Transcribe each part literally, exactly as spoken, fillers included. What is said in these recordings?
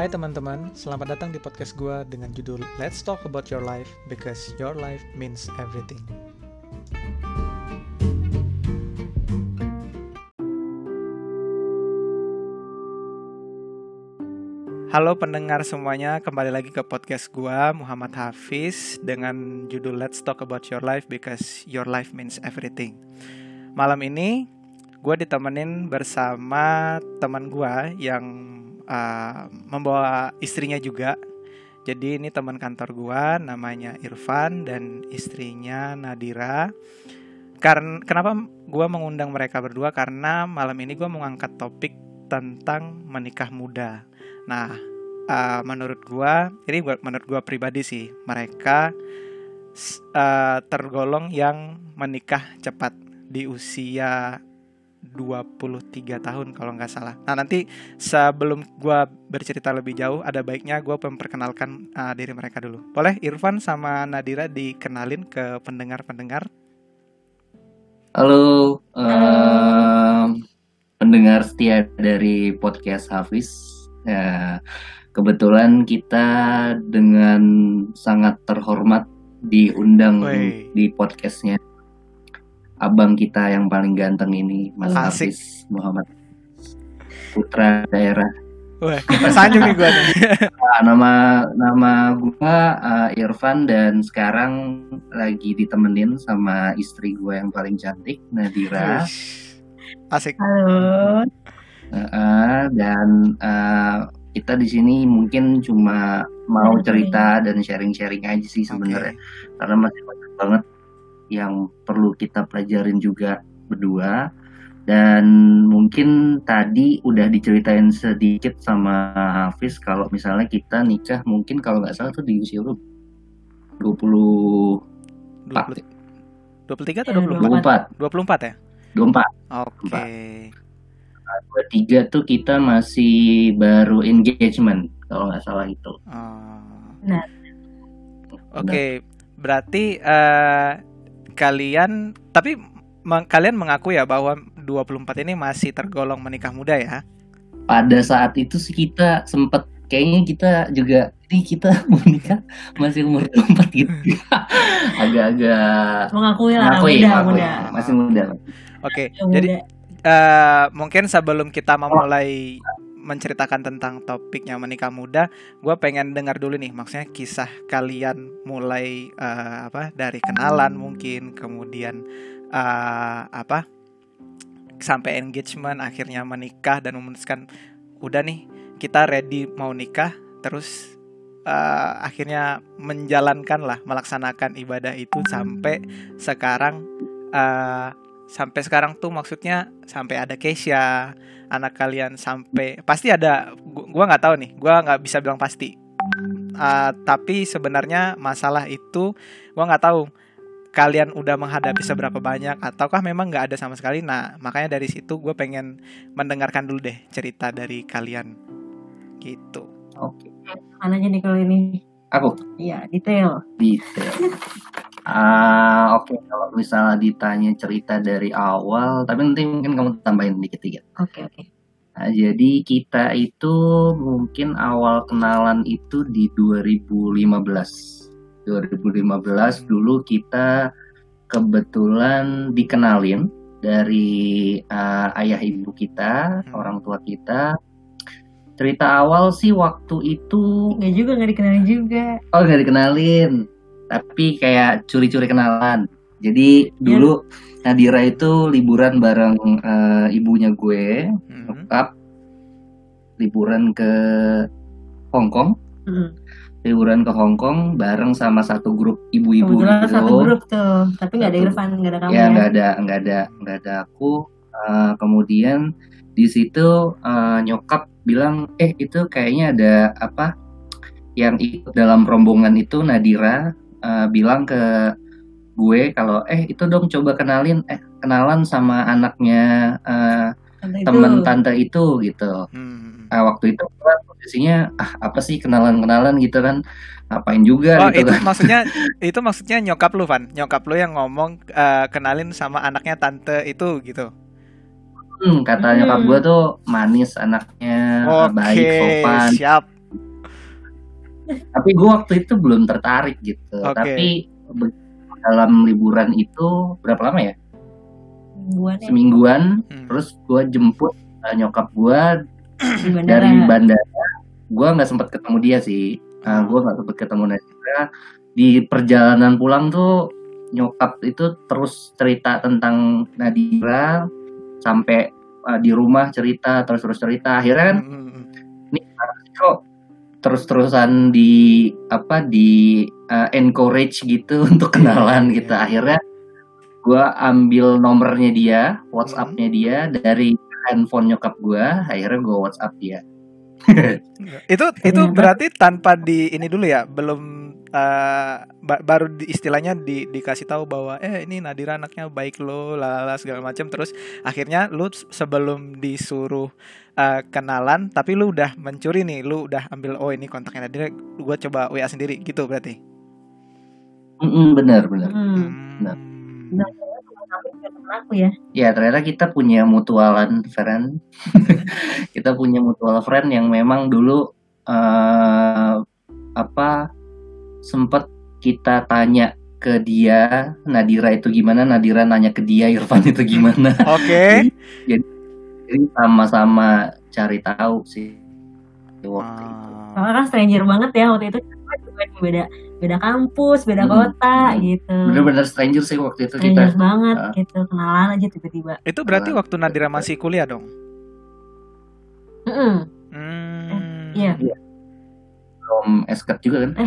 Hai teman-teman, selamat datang di podcast gue dengan judul Let's Talk About Your Life Because Your Life Means Everything. Halo pendengar semuanya, kembali lagi ke podcast gue, Muhammad Hafiz, dengan judul Let's Talk About Your Life Because Your Life Means Everything. Malam ini gue ditemenin bersama teman gue yang uh, membawa istrinya juga. Jadi ini teman kantor gue, namanya Irfan dan istrinya Nadira. Karena kenapa gue mengundang mereka berdua? Karena malam ini gue mau ngangkat topik tentang menikah muda. Nah, uh, menurut gue, ini menurut gue pribadi sih, mereka uh, tergolong yang menikah cepat di usia dua puluh tiga tahun kalau nggak salah. Nah nanti sebelum gue bercerita lebih jauh, ada baiknya gue memperkenalkan uh, diri mereka dulu. Boleh Irfan sama Nadira dikenalin ke pendengar-pendengar? Halo, um, pendengar setia dari podcast Hafiz. Ya, kebetulan kita dengan sangat terhormat diundang Wey. di podcastnya abang kita yang paling ganteng ini, Mas Asik. Hafiz Muhammad, putra daerah. Wah, sanjung nih gue nih. nama nama gue uh, Irfan dan sekarang lagi ditemenin sama istri gue yang paling cantik, Nadira. Asik. Halo. Uh, dan uh, kita di sini mungkin cuma mau cerita dan sharing-sharing aja sih sebenarnya, okay. Karena masih banyak banget yang perlu kita pelajarin juga berdua. Dan mungkin tadi udah diceritain sedikit sama Hafiz kalau misalnya kita nikah mungkin kalau nggak salah tuh di usia berapa? dua puluh empat dua puluh tiga atau dua puluh empat? dua puluh empat ya? dua puluh empat. Oke. Okay. dua puluh tiga tuh kita masih baru engagement kalau nggak salah itu. Oh. Nah. Oke, okay. Berarti uh, kalian tapi m- kalian mengaku ya bahwa dua puluh empat ini masih tergolong menikah muda ya? Pada saat itu sih kita sempet kayaknya kita juga nih kita mau nikah masih umur dua puluh empat gitu. Agak-agak mengakui lah, mengakui, muda, mengakui. muda. Masih muda. Oke, okay. Muda. Jadi uh, mungkin sebelum kita memulai menceritakan tentang topiknya menikah muda, gue pengen dengar dulu nih, maksudnya kisah kalian mulai uh, apa dari kenalan mungkin, kemudian uh, apa sampai engagement, akhirnya menikah dan memutuskan udah nih kita ready mau nikah, terus uh, akhirnya menjalankan lah, melaksanakan ibadah itu sampai sekarang. Uh, sampai sekarang tuh maksudnya sampai ada Keisha, anak kalian sampai pasti ada, gua nggak tahu nih, gua nggak bisa bilang pasti. Uh, tapi sebenarnya masalah itu gua nggak tahu kalian udah menghadapi seberapa banyak ataukah memang nggak ada sama sekali. Nah makanya dari situ gue pengen mendengarkan dulu deh cerita dari kalian gitu. Oke. Mana aja nih kalau ini? Aku. Iya detail. Detail. Ah, oke, okay. Kalau misalnya ditanya cerita dari awal, tapi nanti mungkin kamu tambahin dikit dikit. Oke okay, oke. Okay. Nah, jadi kita itu mungkin awal kenalan itu di dua ribu lima belas. dua ribu lima belas dulu kita kebetulan dikenalin dari uh, ayah ibu kita, hmm. orang tua kita. Cerita awal sih waktu itu nggak juga nggak dikenalin juga. Oh nggak dikenalin. Tapi kayak curi-curi kenalan. Jadi dulu yeah. Nadira itu liburan bareng uh, ibunya gue, nyokap, mm-hmm. liburan ke Hong Kong, mm-hmm. liburan ke Hong Kong bareng sama satu grup ibu-ibu gitu. Satu grup tuh, tapi nggak ada Irfan, nggak ada kamu. Ya nggak ada, nggak ada, nggak ada aku. Uh, kemudian di situ uh, nyokap bilang, eh itu kayaknya ada apa? Yang ikut dalam rombongan itu Nadira. Uh, bilang ke gue kalau eh itu dong coba kenalin eh kenalan sama anaknya uh, teman tante itu gitu. Hmm. Nah, waktu itu kan posisinya ah apa sih kenalan-kenalan gitu kan, ngapain juga oh, gitu itu kan. maksudnya itu maksudnya nyokap lu Van, nyokap lu yang ngomong uh, kenalin sama anaknya tante itu gitu. Hmm, kata nyokap gue tuh manis anaknya, okay, baik, sopan. Siap. Tapi gue waktu itu belum tertarik gitu. Oke. Tapi be- dalam liburan itu berapa lama ya? Mingguan ya Semingguan. Hmm. Terus gue jemput uh, nyokap gue di bandara. dari bandara. Gue nggak sempat ketemu dia sih. Uh, gue nggak sempat ketemu Nadira. Di perjalanan pulang tuh nyokap itu terus cerita tentang Nadira sampai uh, di rumah cerita terus terus cerita. Akhirnya kan Hmm, hmm, hmm. nih kok terus-terusan di apa di uh, encourage gitu untuk kenalan Iya, gitu. iya. Akhirnya gue ambil nomornya dia, WhatsApp-nya dia dari handphone nyokap gue. Akhirnya gue WhatsApp dia. Itu itu Ternyata. berarti tanpa di ini dulu ya, belum eh, ba- baru di, istilahnya di, dikasih tahu bahwa eh ini Nadira anaknya baik lo, lalala segala macam. Terus akhirnya lu s- sebelum disuruh eh, kenalan, tapi lu udah mencuri nih, lu udah ambil oh ini kontaknya Nadira, gua coba W A sendiri gitu berarti. Mm-mm, bener bener. Hmm. Nah. Benar, teman aku juga teman aku ya. Ya ternyata kita punya mutualan friend. Kita punya mutual friend yang memang dulu eh apa sempet kita tanya ke dia Nadira itu gimana, Nadira nanya ke dia Irfan itu gimana. Oke. jadi, jadi sama-sama cari tahu sih waktu itu. Ah. Soalnya kan stranger banget ya waktu itu. Kita juga di beda beda kampus, beda Hmm. kota Hmm. gitu. Bener-bener stranger sih waktu itu Stranger kita. banget Ah. gitu, kenalan aja tiba-tiba. Itu berarti Kenalan. waktu Nadira masih kuliah dong. Mm-mm. Hmm. Iya. Belum esket juga kan?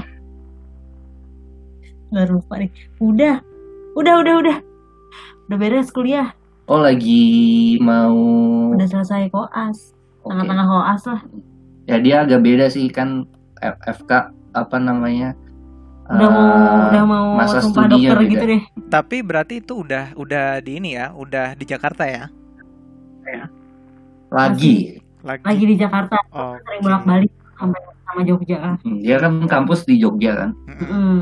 Nggak lupa nih. Udah, udah, udah, udah, udah beres kuliah, Oh lagi mau. udah selesai koas, Oke. tengah-tengah koas lah. Ya dia agak beda sih kan F- FK apa namanya? Udah mau, eh, udah mau masa sumpah studinya dokter beda. gitu deh. Tapi berarti itu udah udah di ini ya, udah di Jakarta ya? Lagi. Lagi. Lagi di Jakarta, Oke. sering bolak-balik sampai sama Jogja. Hmm, dia kan kampus di Jogja kan. Mm-mm. Mm.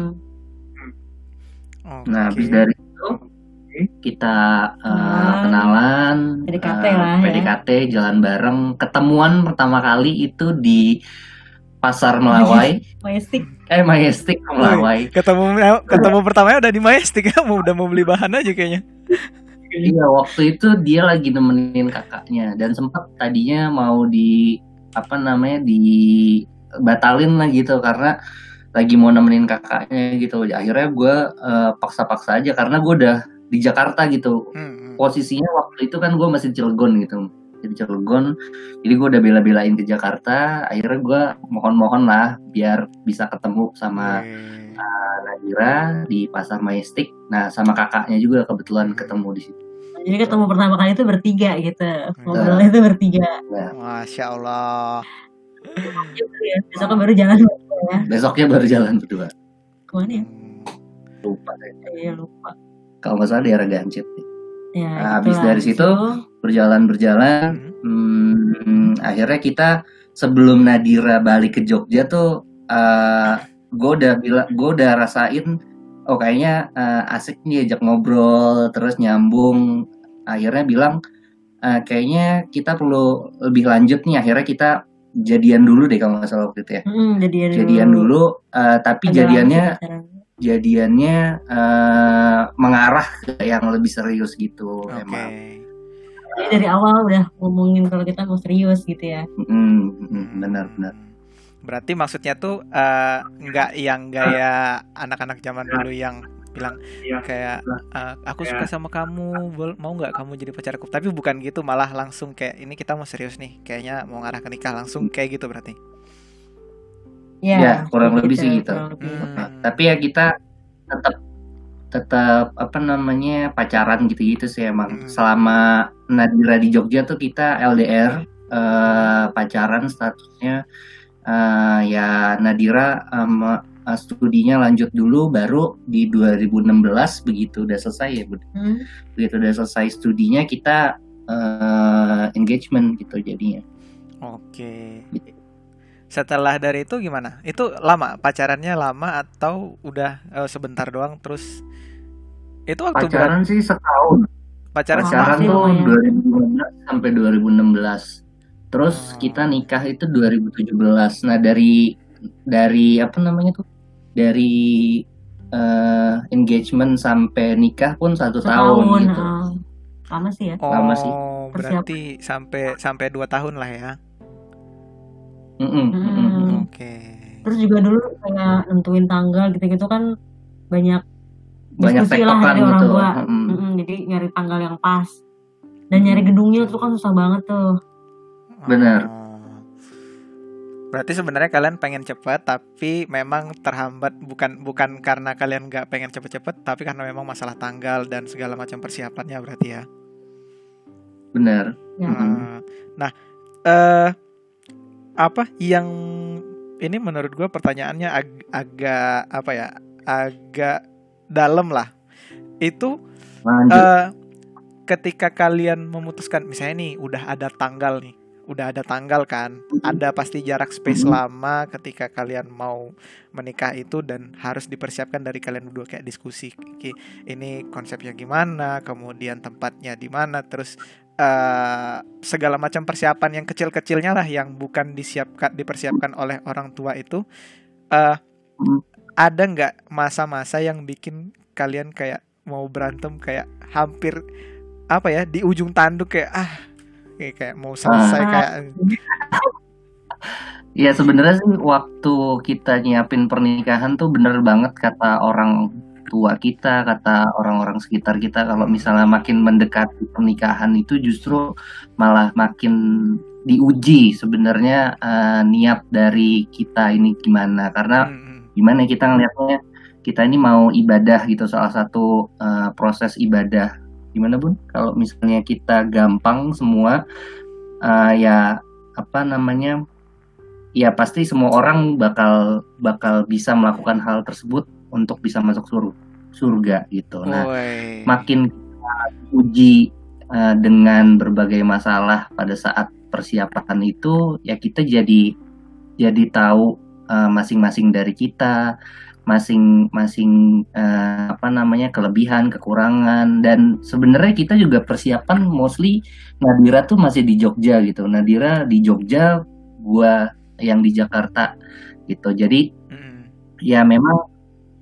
Oke. Nah habis dari itu kita eh, Kenalan. kenalan, P D K T eh, lah ya. P D K T jalan bareng, ketemuan pertama kali itu di Pasar Melawai, Majestic. eh Majestic Melawai. ketemu ketemu pertamanya udah di Majestic ya, mau udah mau beli bahan aja kayaknya. Iya waktu itu dia lagi nemenin kakaknya dan sempat tadinya mau di apa namanya dibatalin lah gitu karena lagi mau nemenin kakaknya gitu. Akhirnya gue eh, paksa-paksa aja karena gue udah di Jakarta gitu. Hmm. Posisinya waktu itu kan gue masih di Cilegon gitu, di Cilegon. Jadi gue udah bela-belain ke Jakarta. Akhirnya gue mohon-mohon lah biar bisa ketemu sama Oke. Nadira di Pasar Majestic. Nah sama kakaknya juga kebetulan ketemu di situ. Jadi ketemu pertama kali itu bertiga gitu. Ngobrolnya itu bertiga. Masya Allah. Gitu ya. Besoknya baru jalan berdua ya. Besoknya baru jalan berdua. Kemana ya? Lupa deh. Iya lupa. Kalau nggak salah daerah Gancet nih. Ya, Nah, habis gitulah. dari situ berjalan-berjalan, hmm, akhirnya kita sebelum Nadira balik ke Jogja tuh, uh, gue udah bilang, gue udah rasain, oh kayaknya uh, asik nih ajak ngobrol, terus nyambung. Akhirnya bilang, uh, kayaknya kita perlu lebih lanjut nih. Akhirnya kita jadian dulu deh kalau nggak salah waktu itu ya. Mm, jadian dulu. Jadian dulu, uh, tapi Agak jadiannya lama sih pacaran. jadiannya uh, mengarah ke yang lebih serius gitu. Oke. Emang. Jadi dari awal udah ngomongin kalau kita mau serius gitu ya. Hmm, hmm, benar-benar. Berarti maksudnya tuh eh, nggak yang gaya anak-anak zaman dulu yang bilang kayak eh, aku suka sama kamu, bol- mau nggak kamu jadi pacarku? Tapi bukan gitu, malah langsung kayak ini kita mau serius nih, kayaknya mau ngarah ke nikah, langsung kayak gitu berarti. Ya, kurang lebih sih gitu. kurang lebih. Hmm. Nah, tapi ya kita tetap tetap apa namanya pacaran gitu-gitu sih emang. Hmm. Selama Nadira di Jogja tuh kita L D R, eh, pacaran statusnya. Eh, ya Nadira em, eh, studinya lanjut dulu, baru di dua ribu enam belas begitu udah selesai ya, Bud. Hmm. Begitu udah selesai studinya kita eh, engagement gitu jadinya. Oke. Gitu. Setelah dari itu gimana? Itu lama pacarannya lama atau udah eh, sebentar doang terus? Itu waktu berapa? Pacaran sih setahun. Pacaran Oh, Pacaran masih tuh lumayan. dua ribu lima belas sampai dua ribu enam belas. Terus Oh. kita nikah itu dua ribu tujuh belas. Nah, dari dari apa namanya tuh dari uh, engagement sampai nikah pun satu tahun, Setahun, gitu. ah. Lama sih ya. Lama sih. Oh, Persiapan. berarti sampai sampai dua tahun lah ya. Mm-mm, Hmm. mm-mm. Oke. Terus juga dulu kayak nentuin tanggal gitu-gitu kan banyak Banyak diskusi lah tektokan dari orang gitu. tua. Mm-mm. Mm-mm, jadi nyari tanggal yang pas. Dan nyari gedungnya tuh kan susah banget tuh. Benar. Oh. Berarti sebenarnya kalian pengen cepet, tapi memang terhambat bukan bukan karena kalian nggak pengen cepet-cepet, tapi karena memang masalah tanggal dan segala macam persiapannya berarti ya. Benar. Ya. Mm-mm. Uh, nah, eh apa yang ini menurut gue pertanyaannya ag- agak apa ya, agak dalam lah. Itu Lanjut. eh ketika kalian memutuskan, misalnya nih udah ada tanggal nih, udah ada tanggal kan, ada pasti jarak space Mhm. lama ketika kalian mau menikah itu dan harus dipersiapkan dari kalian berdua kayak diskusi, Ki, ini konsepnya gimana, kemudian tempatnya di mana, terus eh, segala macam persiapan yang kecil-kecilnya lah yang bukan disiapkan dipersiapkan oleh orang tua itu. eh Mhm. ada nggak masa-masa yang bikin kalian kayak mau berantem, kayak hampir apa ya, di ujung tanduk, kayak ah kayak, kayak mau selesai, Ah. kayak Ya sebenarnya sih waktu kita nyiapin pernikahan tuh bener banget kata orang tua kita, kata orang-orang sekitar kita, kalau misalnya makin mendekati pernikahan itu justru malah makin diuji sebenarnya eh, niat dari kita ini gimana. Karena hmm, gimana kita ngelihatnya, kita ini mau ibadah gitu, salah satu eh, proses ibadah. Gimana Bun? Kalau misalnya kita gampang semua, eh, ya apa namanya, ya pasti semua orang bakal bakal bisa melakukan hal tersebut untuk bisa masuk sur- surga gitu. Nah, woi. makin kita uji uh, dengan berbagai masalah pada saat persiapan itu, ya kita jadi jadi tahu uh, masing-masing dari kita, masing-masing uh, apa namanya kelebihan, kekurangan, dan sebenarnya kita juga persiapan mostly Nadira tuh masih di Jogja gitu. Nadira di Jogja, gua yang di Jakarta gitu. Jadi Hmm. ya memang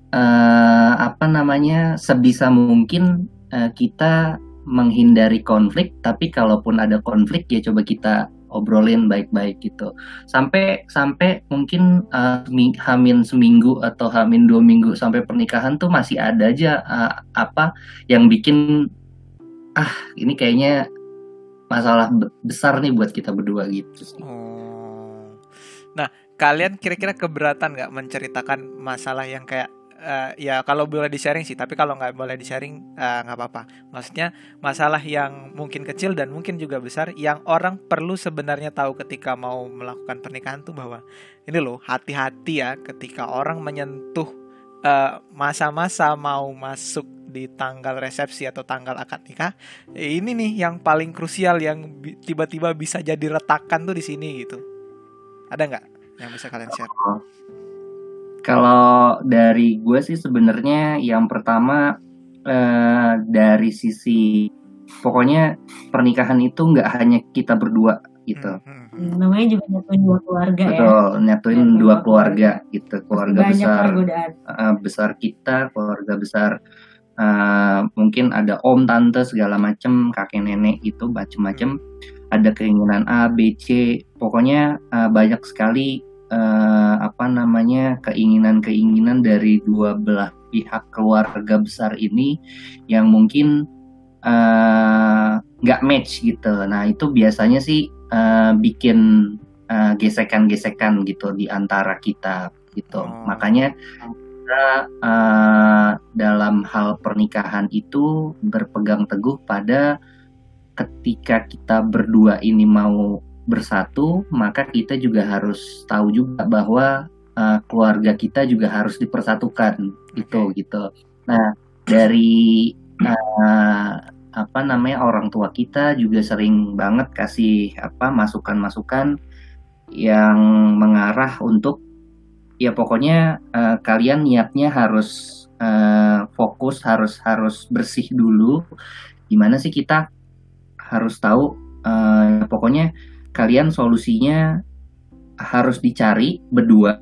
eh, apa namanya sebisa mungkin eh, kita menghindari konflik, tapi kalaupun ada konflik ya coba kita obrolin baik-baik gitu. Sampai sampai mungkin eh, semi- hamin seminggu atau hamin dua minggu sampai pernikahan tuh masih ada aja eh, apa yang bikin ah ini kayaknya masalah be- besar nih buat kita berdua gitu sih. Oh. Nah, kalian kira-kira keberatan nggak menceritakan masalah yang kayak eh, ya kalau boleh di-sharing sih, tapi kalau nggak boleh di-sharing eh, nggak apa-apa. Maksudnya masalah yang mungkin kecil dan mungkin juga besar yang orang perlu sebenarnya tahu ketika mau melakukan pernikahan tuh, bahwa ini loh, hati-hati ya ketika orang menyentuh eh, masa-masa mau masuk di tanggal resepsi atau tanggal akad nikah. Eh, ini nih yang paling krusial, yang bi- tiba-tiba bisa jadi retakan tuh di sini gitu. Ada nggak yang bisa kalian share? Kalau dari gue sih sebenarnya yang pertama eh, dari sisi pokoknya pernikahan itu nggak hanya kita berdua gitu. Hmm, hmm, hmm. Hmm, namanya juga nyatuin dua keluarga ya. Betul, nyatuin Nyatuin dua dua keluarga gitu, Pasti keluarga banyak besar lah godaan. eh, besar kita, keluarga besar eh, mungkin ada om, tante, segala macem, kakek nenek itu macem-macem. Ada keinginan A, B, C, pokoknya eh, banyak sekali eh, apa namanya keinginan-keinginan dari dua belah pihak keluarga besar ini yang mungkin eh, nggak match gitu. Nah itu biasanya sih eh, bikin eh, gesekan-gesekan gitu di antara kita gitu. Oh. Makanya kita eh, dalam hal pernikahan itu berpegang teguh pada ketika kita berdua ini mau bersatu, maka kita juga harus tahu juga bahwa uh, keluarga kita juga harus dipersatukan gitu Oke. gitu. Nah dari uh, apa namanya orang tua kita juga sering banget kasih apa masukan-masukan yang mengarah untuk ya pokoknya uh, kalian niatnya harus uh, fokus, harus harus bersih dulu. Gimana sih kita harus tahu uh, pokoknya kalian solusinya harus dicari berdua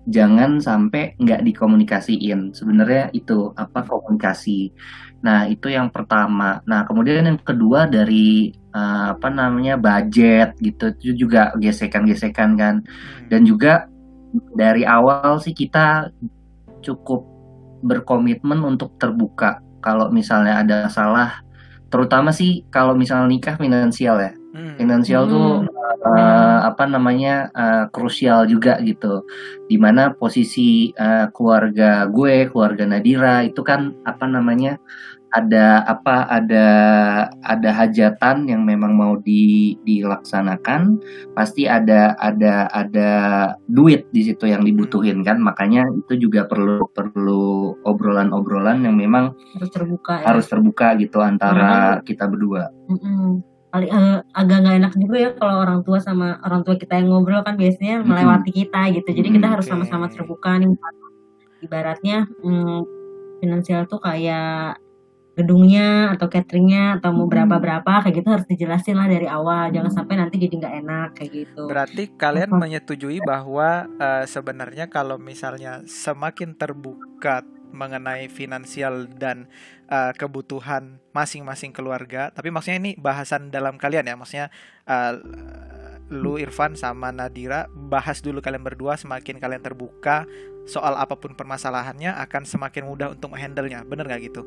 jangan sampai nggak dikomunikasiin. Sebenarnya itu apa komunikasi. Nah itu yang pertama. Nah kemudian yang kedua dari uh, apa namanya budget gitu, itu juga gesekan-gesekan kan. Dan juga dari awal sih kita cukup berkomitmen untuk terbuka. Kalau misalnya ada salah, terutama sih kalau misalnya nikah finansial ya. Hmm. Finansial hmm. tuh uh, apa namanya uh, krusial juga gitu. Dimana posisi uh, keluarga gue, keluarga Nadira itu kan apa namanya ada apa ada ada hajatan yang memang mau di, dilaksanakan, pasti ada ada ada duit di situ yang dibutuhin kan. Makanya itu juga perlu perlu obrolan-obrolan yang memang harus terbuka ya. harus terbuka gitu antara hmm. kita berdua. Hmm. Paling uh, agak nggak enak juga ya kalau orang tua sama orang tua kita yang ngobrol kan biasanya melewati kita gitu. Jadi kita harus okay. sama-sama terbuka nih. Ibaratnya hmm, finansial tuh kayak gedungnya atau cateringnya atau mau berapa-berapa kayak gitu harus dijelasin lah dari awal. Jangan sampai nanti jadi nggak enak kayak gitu. Berarti kalian menyetujui bahwa uh, sebenarnya kalau misalnya semakin terbuka mengenai finansial dan uh, kebutuhan masing-masing keluarga, tapi maksudnya ini bahasan dalam kalian ya, maksudnya uh, lu Irfan sama Nadira bahas dulu kalian berdua, semakin kalian terbuka soal apapun permasalahannya akan semakin mudah untuk menghandle-nya, bener nggak gitu?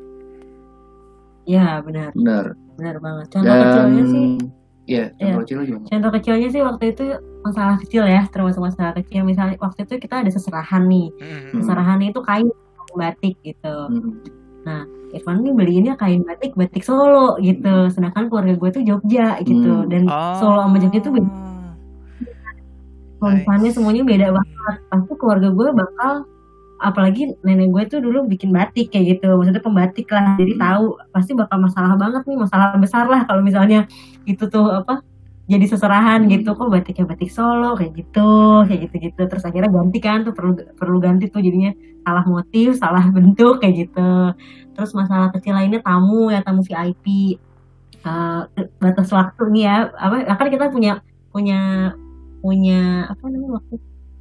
Ya benar. Benar. Benar banget. Contoh Dan, kecilnya sih. Iya. Contoh ya. kecilnya gimana? Contoh kecilnya sih waktu itu masalah kecil ya, termasuk masalah kecil. Misalnya waktu itu kita ada seserahan nih. Hmm. Seserahan itu kain batik gitu. Hmm. Nah, Irfan nih beliinnya kain batik batik Solo gitu. Hmm. Sedangkan keluarga gue tuh Jogja gitu. Hmm. Dan oh. Solo sama Jogja tuh beda. Tulisannya semuanya beda banget. Pasti keluarga gue bakal, apalagi nenek gue tuh dulu bikin batik kayak gitu, maksudnya pembatik lah, jadi tahu pasti bakal masalah banget nih, masalah besar lah kalau misalnya itu tuh apa jadi seserahan gitu, kok batiknya batik Solo kayak gitu, kayak gitu-gitu, terus akhirnya ganti kan tuh perlu perlu ganti tuh jadinya salah motif, salah bentuk kayak gitu. Terus masalah kecil lainnya tamu ya, tamu V I P, uh, batas waktu nih ya, apa kan kita punya punya punya apa namanya waktu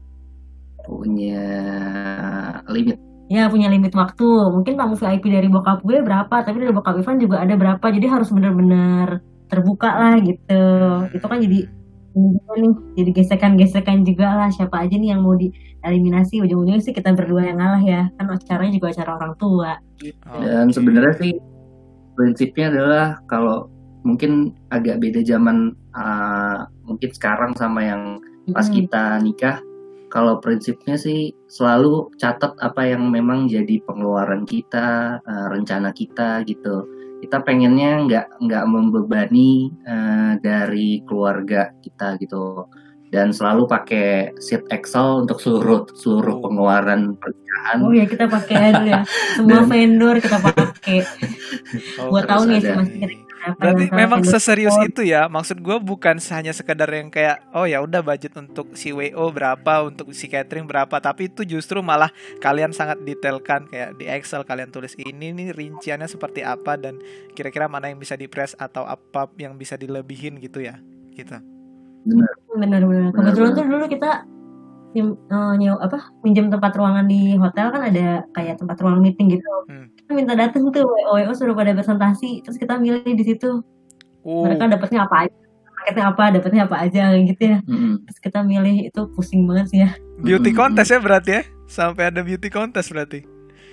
punya limit. Ya punya limit waktu. Mungkin tamu V I P dari bokap gue berapa, tapi dari bokap Ivan juga ada berapa. Jadi harus benar-benar terbuka lah gitu. Itu kan jadi nih, jadi gesekan-gesekan juga lah. Siapa aja nih yang mau dieliminasi, ujung-ujungnya sih kita berdua yang ngalah ya. Kan acaranya juga acara orang tua. Gitu. Dan sebenarnya sih prinsipnya adalah kalau mungkin agak beda zaman uh, mungkin sekarang sama yang pas hmm. kita nikah. Kalau prinsipnya sih selalu catat apa yang memang jadi pengeluaran kita, uh, rencana kita gitu. Kita pengennya nggak nggak membebani uh, dari keluarga kita gitu. Dan selalu pakai sheet Excel untuk seluruh seluruh pengeluaran pernikahan. Oh ya kita pakai dulu ya. Semua Dan, vendor kita pakai. Oh, buat tahu nih masih. Berarti memang seserius itu ya. Maksud gue bukan hanya sekedar yang kayak oh ya udah budget untuk si W O berapa, untuk si catering berapa, tapi itu justru malah kalian sangat detailkan kayak di Excel kalian tulis ini nih rinciannya seperti apa dan kira-kira mana yang bisa di-press atau apa yang bisa dilebihin gitu ya. Gitu. Benar. Benar-benar. Kebetulan tuh dulu kita uh, nyew apa minjem tempat ruangan di hotel kan ada kayak tempat ruang meeting gitu. Hmm. Kita minta datang tuh W O W O suruh pada presentasi, terus kita milih di situ. Oh. Mereka dapatnya apa aja, paketnya apa, dapatnya apa aja gitu ya. Hmm. Terus kita milih, itu pusing banget sih ya. Beauty contest ya berarti ya? Sampai ada beauty contest berarti.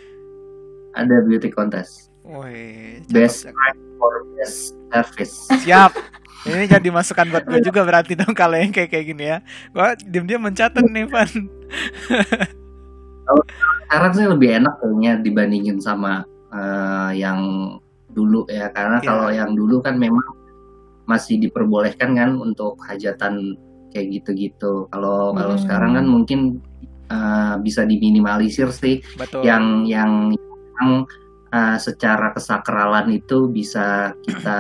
Ada beauty contest. Woi, best price for best service. Siap. Ini jadi masukan buat gue juga berarti dong kalau yang kayak kayak gini ya. Gue diam-diam mencatat nih, Van. Kalau sekarang sih lebih enak kayaknya dibandingin sama uh, yang dulu ya, karena yeah. Kalau yang dulu kan memang masih diperbolehkan kan untuk hajatan kayak gitu-gitu. Kalau hmm. kalau sekarang kan mungkin uh, bisa diminimalisir sih. Betul. Yang yang yang uh, secara kesakralan itu bisa kita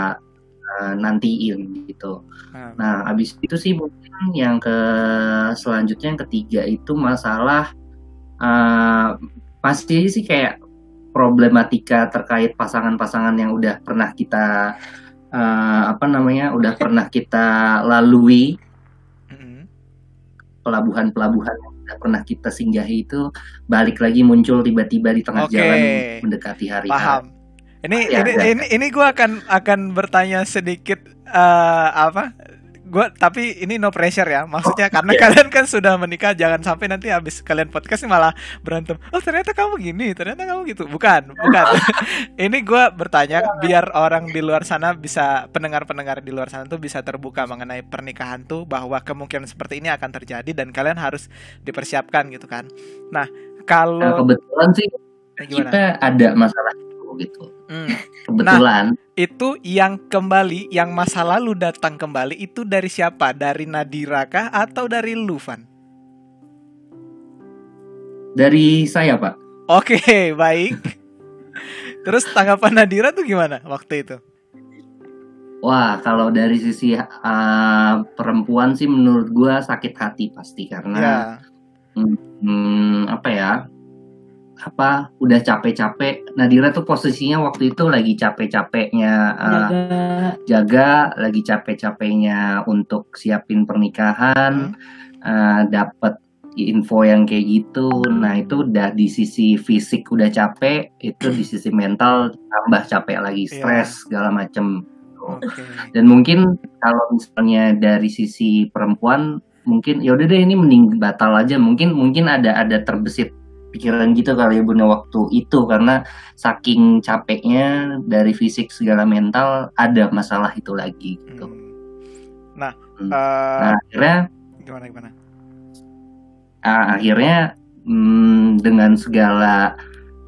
nantiin gitu. Hmm. Nah, abis itu sih mungkin yang ke selanjutnya yang ketiga itu masalah uh, pasti sih kayak problematika terkait pasangan-pasangan yang udah pernah kita uh, apa namanya udah pernah kita lalui, pelabuhan-pelabuhan tidak pernah kita singgahi itu balik lagi muncul tiba-tiba di tengah Oke. jalan mendekati hari H. Paham. Ini Ya, ini ada. ini ini gue akan akan bertanya sedikit eh, apa? Gue tapi ini no pressure ya. Maksudnya karena Iya. kalian kan sudah menikah, jangan sampai nanti habis kalian podcast malah berantem. Oh ternyata kamu gini, ternyata kamu gitu. Bukan, bukan. Ini gue bertanya biar orang di luar sana bisa, pendengar-pendengar di luar sana tuh bisa terbuka mengenai pernikahan tuh, bahwa kemungkinan seperti ini akan terjadi dan kalian harus dipersiapkan gitu kan. Nah Nah, kalau kebetulan sih eh, gimana? kita ada masalah itu gitu. Hmm. Kebetulan Itu yang kembali, yang masa lalu datang kembali itu dari siapa? Dari Nadira kah atau dari lu, Van? dari saya, Pak. Oke, baik. Terus tanggapan Nadira tuh gimana waktu itu? Wah, kalau dari sisi uh, perempuan sih menurut gua sakit hati pasti karena Ya, hmm, apa ya? Apa udah capek-capek. Nadira tuh posisinya waktu itu lagi capek-capeknya uh, Jaga. jaga, lagi capek-capeknya untuk siapin pernikahan, uh, dapat info yang kayak gitu. Nah, itu udah di sisi fisik udah capek, itu di sisi mental tambah capek lagi, Iya. stres segala macem. oke. Dan mungkin kalau misalnya dari sisi perempuan, mungkin ya udah deh ini mending batal aja. Mungkin mungkin ada ada terbesit pikiran gitu kali ya Bunda waktu itu karena saking capeknya dari fisik segala mental ada masalah itu lagi gitu. Hmm. Nah, Hmm. eh, Nah, akhirnya gimana gimana? ah, akhirnya hmm, dengan segala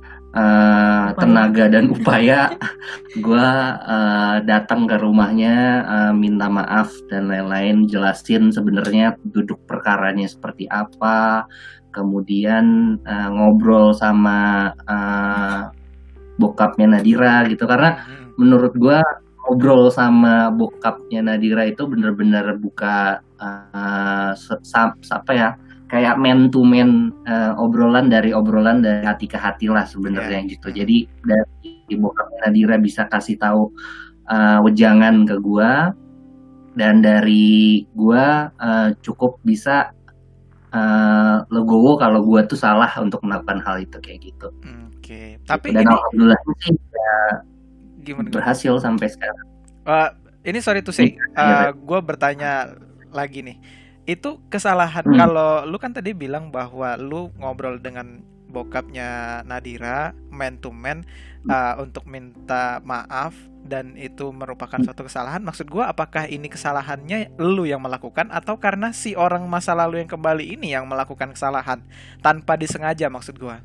uh, Upaya. tenaga dan upaya gue datang ke rumahnya, uh, minta maaf dan lain-lain, jelasin sebenarnya duduk perkaranya seperti apa, kemudian uh, ngobrol sama uh, bokapnya Nadira gitu karena Hmm. menurut gue ngobrol sama bokapnya Nadira itu bener-bener buka uh, se- sa- apa ya kayak man to man, uh, obrolan dari obrolan dari hati ke hati lah sebenarnya Iya. gitu. Jadi dari bokapnya Nadira bisa kasih tahu uh, wejangan ke gua dan dari gua uh, cukup bisa uh, legowo kalau gua tuh salah untuk melakukan hal itu kayak gitu. Oke. Tapi Dan ini alhamdulillah sih gimana? gimana? berhasil sampai sekarang. Eh, ini sorry to say, Iya. gue bertanya lagi nih. Itu kesalahan Hmm. kalau lu kan tadi bilang bahwa lu ngobrol dengan bokapnya Nadira man to man uh, untuk minta maaf dan itu merupakan suatu kesalahan. Maksud gue apakah ini kesalahannya lu yang melakukan atau karena si orang masa lalu yang kembali ini yang melakukan kesalahan tanpa disengaja maksud gue?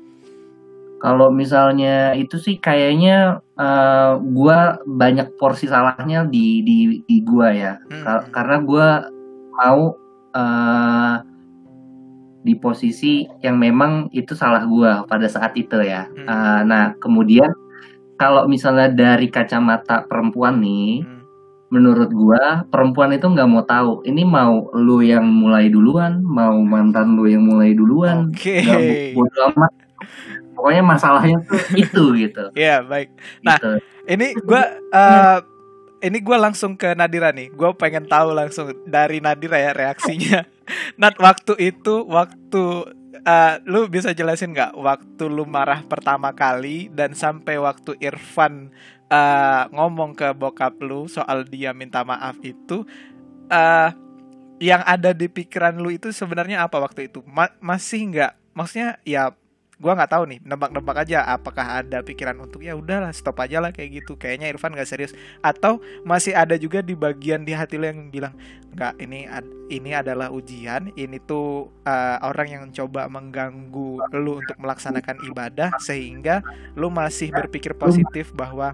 Kalau misalnya itu sih kayaknya uh, gua banyak porsi salahnya di di di gua ya. Ka- Hmm. karena gua mau uh, di posisi yang memang itu salah gua pada saat itu ya. Hmm. Uh, nah, kemudian kalau misalnya dari kacamata perempuan nih, Hmm. menurut gua perempuan itu nggak mau tahu. Ini mau lu yang mulai duluan, mau mantan lu yang mulai duluan, Oke. nggak bo- bodo amat. Pokoknya masalahnya tuh itu gitu. Ya baik. Nah, Gitu. ini gue uh, ini gue langsung ke Nadira nih. Gue pengen tahu langsung dari Nadira ya reaksinya. Nat, waktu itu waktu uh, lu bisa jelasin nggak waktu lu marah pertama kali dan sampai waktu Irfan uh, ngomong ke bokap lu soal dia minta maaf itu, uh, yang ada di pikiran lu itu sebenarnya apa waktu itu? Ma- masih nggak? Maksudnya ya gua nggak tahu nih, nebak-nebak aja apakah ada pikiran untuk ya udahlah stop aja lah kayak gitu, kayaknya Irfan nggak serius, atau masih ada juga di bagian di hati lo yang bilang nggak, ini ad- ini adalah ujian, ini tuh uh, orang yang coba mengganggu lu untuk melaksanakan ibadah sehingga lu masih berpikir positif bahwa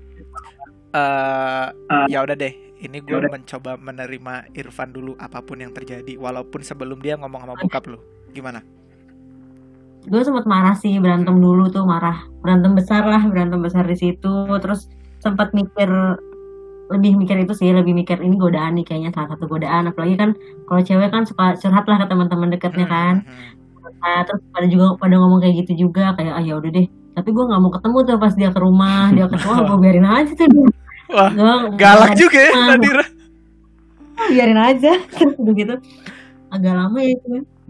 uh, ya udah deh, ini gue mencoba menerima Irfan dulu apapun yang terjadi walaupun sebelum dia ngomong sama bokap lu. Gimana? Gue sempat marah sih, berantem dulu tuh, marah berantem besar lah, berantem besar di situ. Terus sempat mikir, lebih mikir itu sih, lebih mikir ini godaan nih kayaknya, salah satu godaan. Apalagi kan kalau cewek kan suka curhat lah ke teman-teman dekatnya kan. Nah, terus pada juga pada ngomong kayak gitu juga, kayak ah ya udah deh, tapi gue nggak mau ketemu tuh pas dia ke rumah, dia ke rumah gue biarin aja tuh. Wah, Gua- galak gua- juga ya Nadira. biarin aja. Terus udah gitu agak lama ya itu. Mm.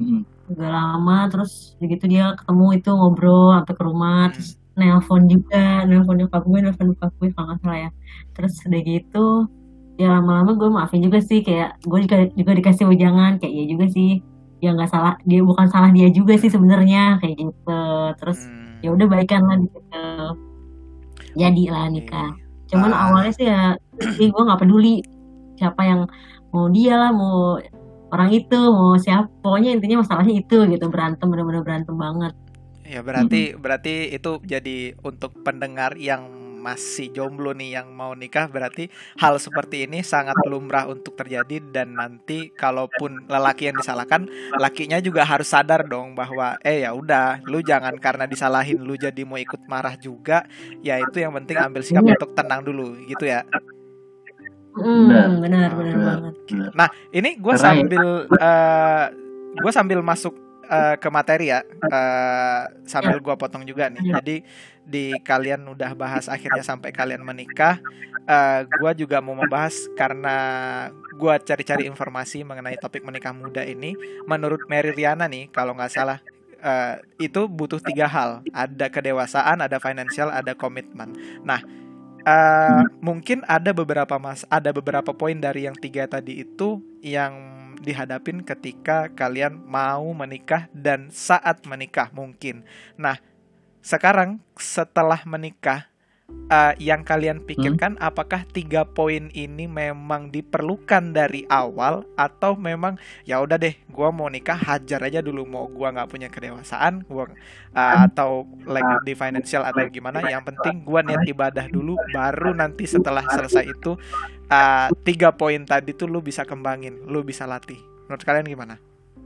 Udah lama, terus begitu dia ketemu itu ngobrol sampai ke rumah, terus Mm. nelpon juga, nelpon nyokap gue, nelpon nyokap gue kalau nggak salah ya. Terus udah gitu, ya lama-lama gue maafin juga sih, kayak gue juga juga dikasih wejangan, kayak iya juga sih, ya nggak salah dia, bukan salah dia juga sih Mm. sebenarnya kayak gitu. Terus ya Mm. udah baikan lah gitu, jadi lah nikah. Oke. Cuman awalnya Ah, sih ya, sih gue nggak peduli siapa yang mau dia lah, mau orang itu, mau siapa, pokoknya intinya masalahnya itu gitu, berantem, bener-bener berantem banget. ya berarti berarti itu jadi untuk pendengar yang masih jomblo nih yang mau nikah, berarti hal seperti ini sangat lumrah untuk terjadi, dan nanti kalaupun lelaki yang disalahkan, lakinya juga harus sadar dong bahwa eh ya udah, lu jangan karena disalahin lu jadi mau ikut marah juga. Ya itu yang penting ambil sikap Iya. untuk tenang dulu gitu ya. Benar, Hmm, benar benar Oke. benar, banget. benar. Nah, ini gue Karena ya, sambil eh gue sambil masuk eh, ke materi ya, eh, Ya, sambil gue potong juga nih. lanjut. Jadi di kalian udah bahas akhirnya sampai kalian menikah, eh gue juga mau membahas karena gue cari-cari informasi mengenai topik menikah muda ini. Menurut Mary Riana nih, kalau nggak salah, eh, itu butuh tiga hal: ada kedewasaan, ada financial, ada komitmen. Nah, Uh, mungkin ada beberapa mas, ada beberapa poin dari yang tiga tadi itu yang dihadapin ketika kalian mau menikah dan saat menikah mungkin. Nah, sekarang setelah menikah, uh, yang kalian hmm, pikirkan apakah tiga poin ini memang diperlukan dari awal, atau memang ya udah deh, gua mau nikah hajar aja dulu, mau gua nggak punya kedewasaan, gua uh, atau like di financial atau gimana, yang penting gua niat ibadah dulu, baru nanti setelah selesai itu uh, tiga poin tadi tuh lu bisa kembangin, lu bisa latih. Menurut kalian gimana?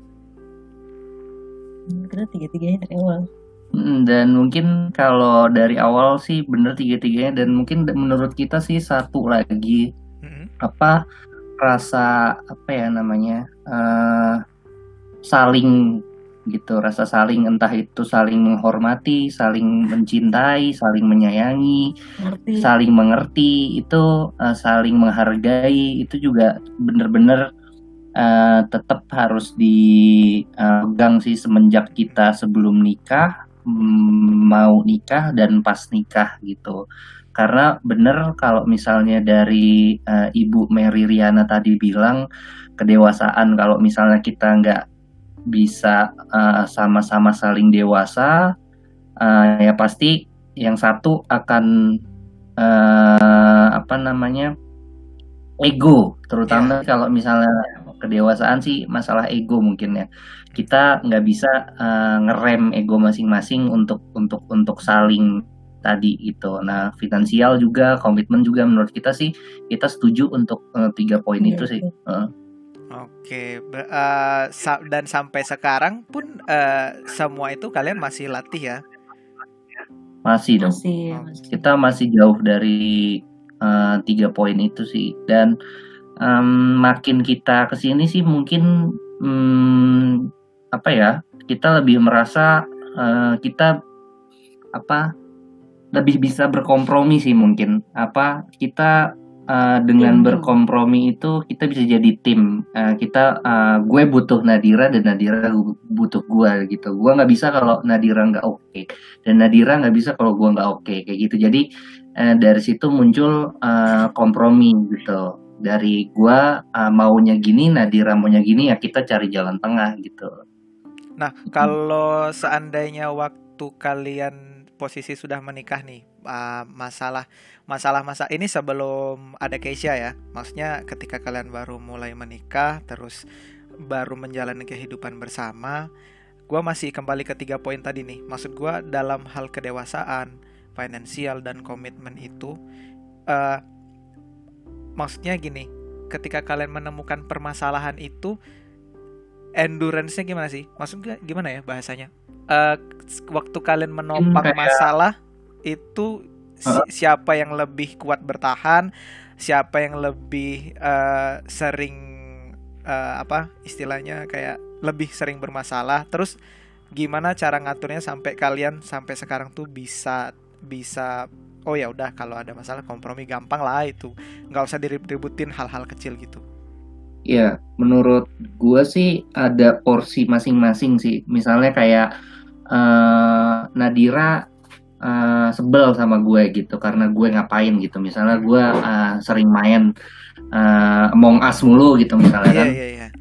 Karena tiga-tiganya dari awal. mm, dan mungkin kalau dari awal sih bener tiga-tiganya, dan mungkin d- menurut kita sih satu lagi Mm-mm. apa rasa apa ya namanya eh, saling gitu, rasa saling, entah itu saling menghormati, saling mencintai, saling menyayangi, Ngerti. saling mengerti, itu eh, saling menghargai, itu juga bener-bener eh, tetap harus dipegang sih semenjak kita sebelum nikah, mm, mau nikah, dan pas nikah gitu. Karena bener kalau misalnya dari eh, Ibu Mary Riana tadi bilang kedewasaan, kalau misalnya kita nggak bisa eh, sama-sama saling dewasa, eh, ya pasti yang satu akan eh, apa namanya ego, terutama Ya, kalau misalnya kedewasaan sih masalah ego mungkin ya. Kita nggak bisa eh, ngerem ego masing-masing untuk untuk untuk saling tadi gitu. Nah, finansial juga, komitmen juga, menurut kita sih kita setuju untuk eh, tiga poin Iya, itu sih. iya. Eh, oke. Ber- eh, sa- dan sampai sekarang pun eh, semua itu kalian masih latih ya? masih dong. Masih, Oh, masih. Kita masih jauh dari eh, tiga poin itu sih. Dan em, makin kita kesini sih mungkin hmm, apa ya, kita lebih merasa eh, kita apa lebih bisa berkompromi sih mungkin, apa kita eh, dengan Tim, tim. berkompromi itu kita bisa jadi tim. Eh, kita eh, gue butuh Nadira dan Nadira butuh gue gitu. Gue nggak bisa kalau Nadira nggak oke, dan Nadira nggak bisa kalau gue nggak oke, kayak gitu. Jadi eh, dari situ muncul eh, kompromi gitu. Dari gue eh, maunya gini, Nadira maunya gini, ya kita cari jalan tengah gitu. nah, kalau seandainya waktu kalian posisi sudah menikah nih, uh, masalah masalah masa ini sebelum ada Keisha ya, maksudnya ketika kalian baru mulai menikah, terus baru menjalani kehidupan bersama, gua masih kembali ke tiga poin tadi nih. Maksud gua dalam hal kedewasaan, finansial, dan komitmen itu, uh, maksudnya gini, ketika kalian menemukan permasalahan itu, endurance-nya gimana sih? Maksudnya gimana ya bahasanya? Eh, waktu kalian Mungkin menopang kayak masalah itu, eh, si- siapa yang lebih kuat bertahan, siapa yang lebih eh, sering eh, apa istilahnya kayak lebih sering bermasalah, terus gimana cara ngaturnya sampai kalian sampai sekarang tuh bisa bisa oh ya udah, kalau ada masalah kompromi gampang lah, itu nggak usah diribut-ributin hal-hal kecil gitu. Ya, menurut gue sih ada porsi masing-masing sih. Misalnya kayak uh, Nadira uh, sebel sama gue gitu karena gue ngapain gitu. Misalnya gue uh, sering main uh, Among Us mulu gitu misalnya Iya kan. iya iya.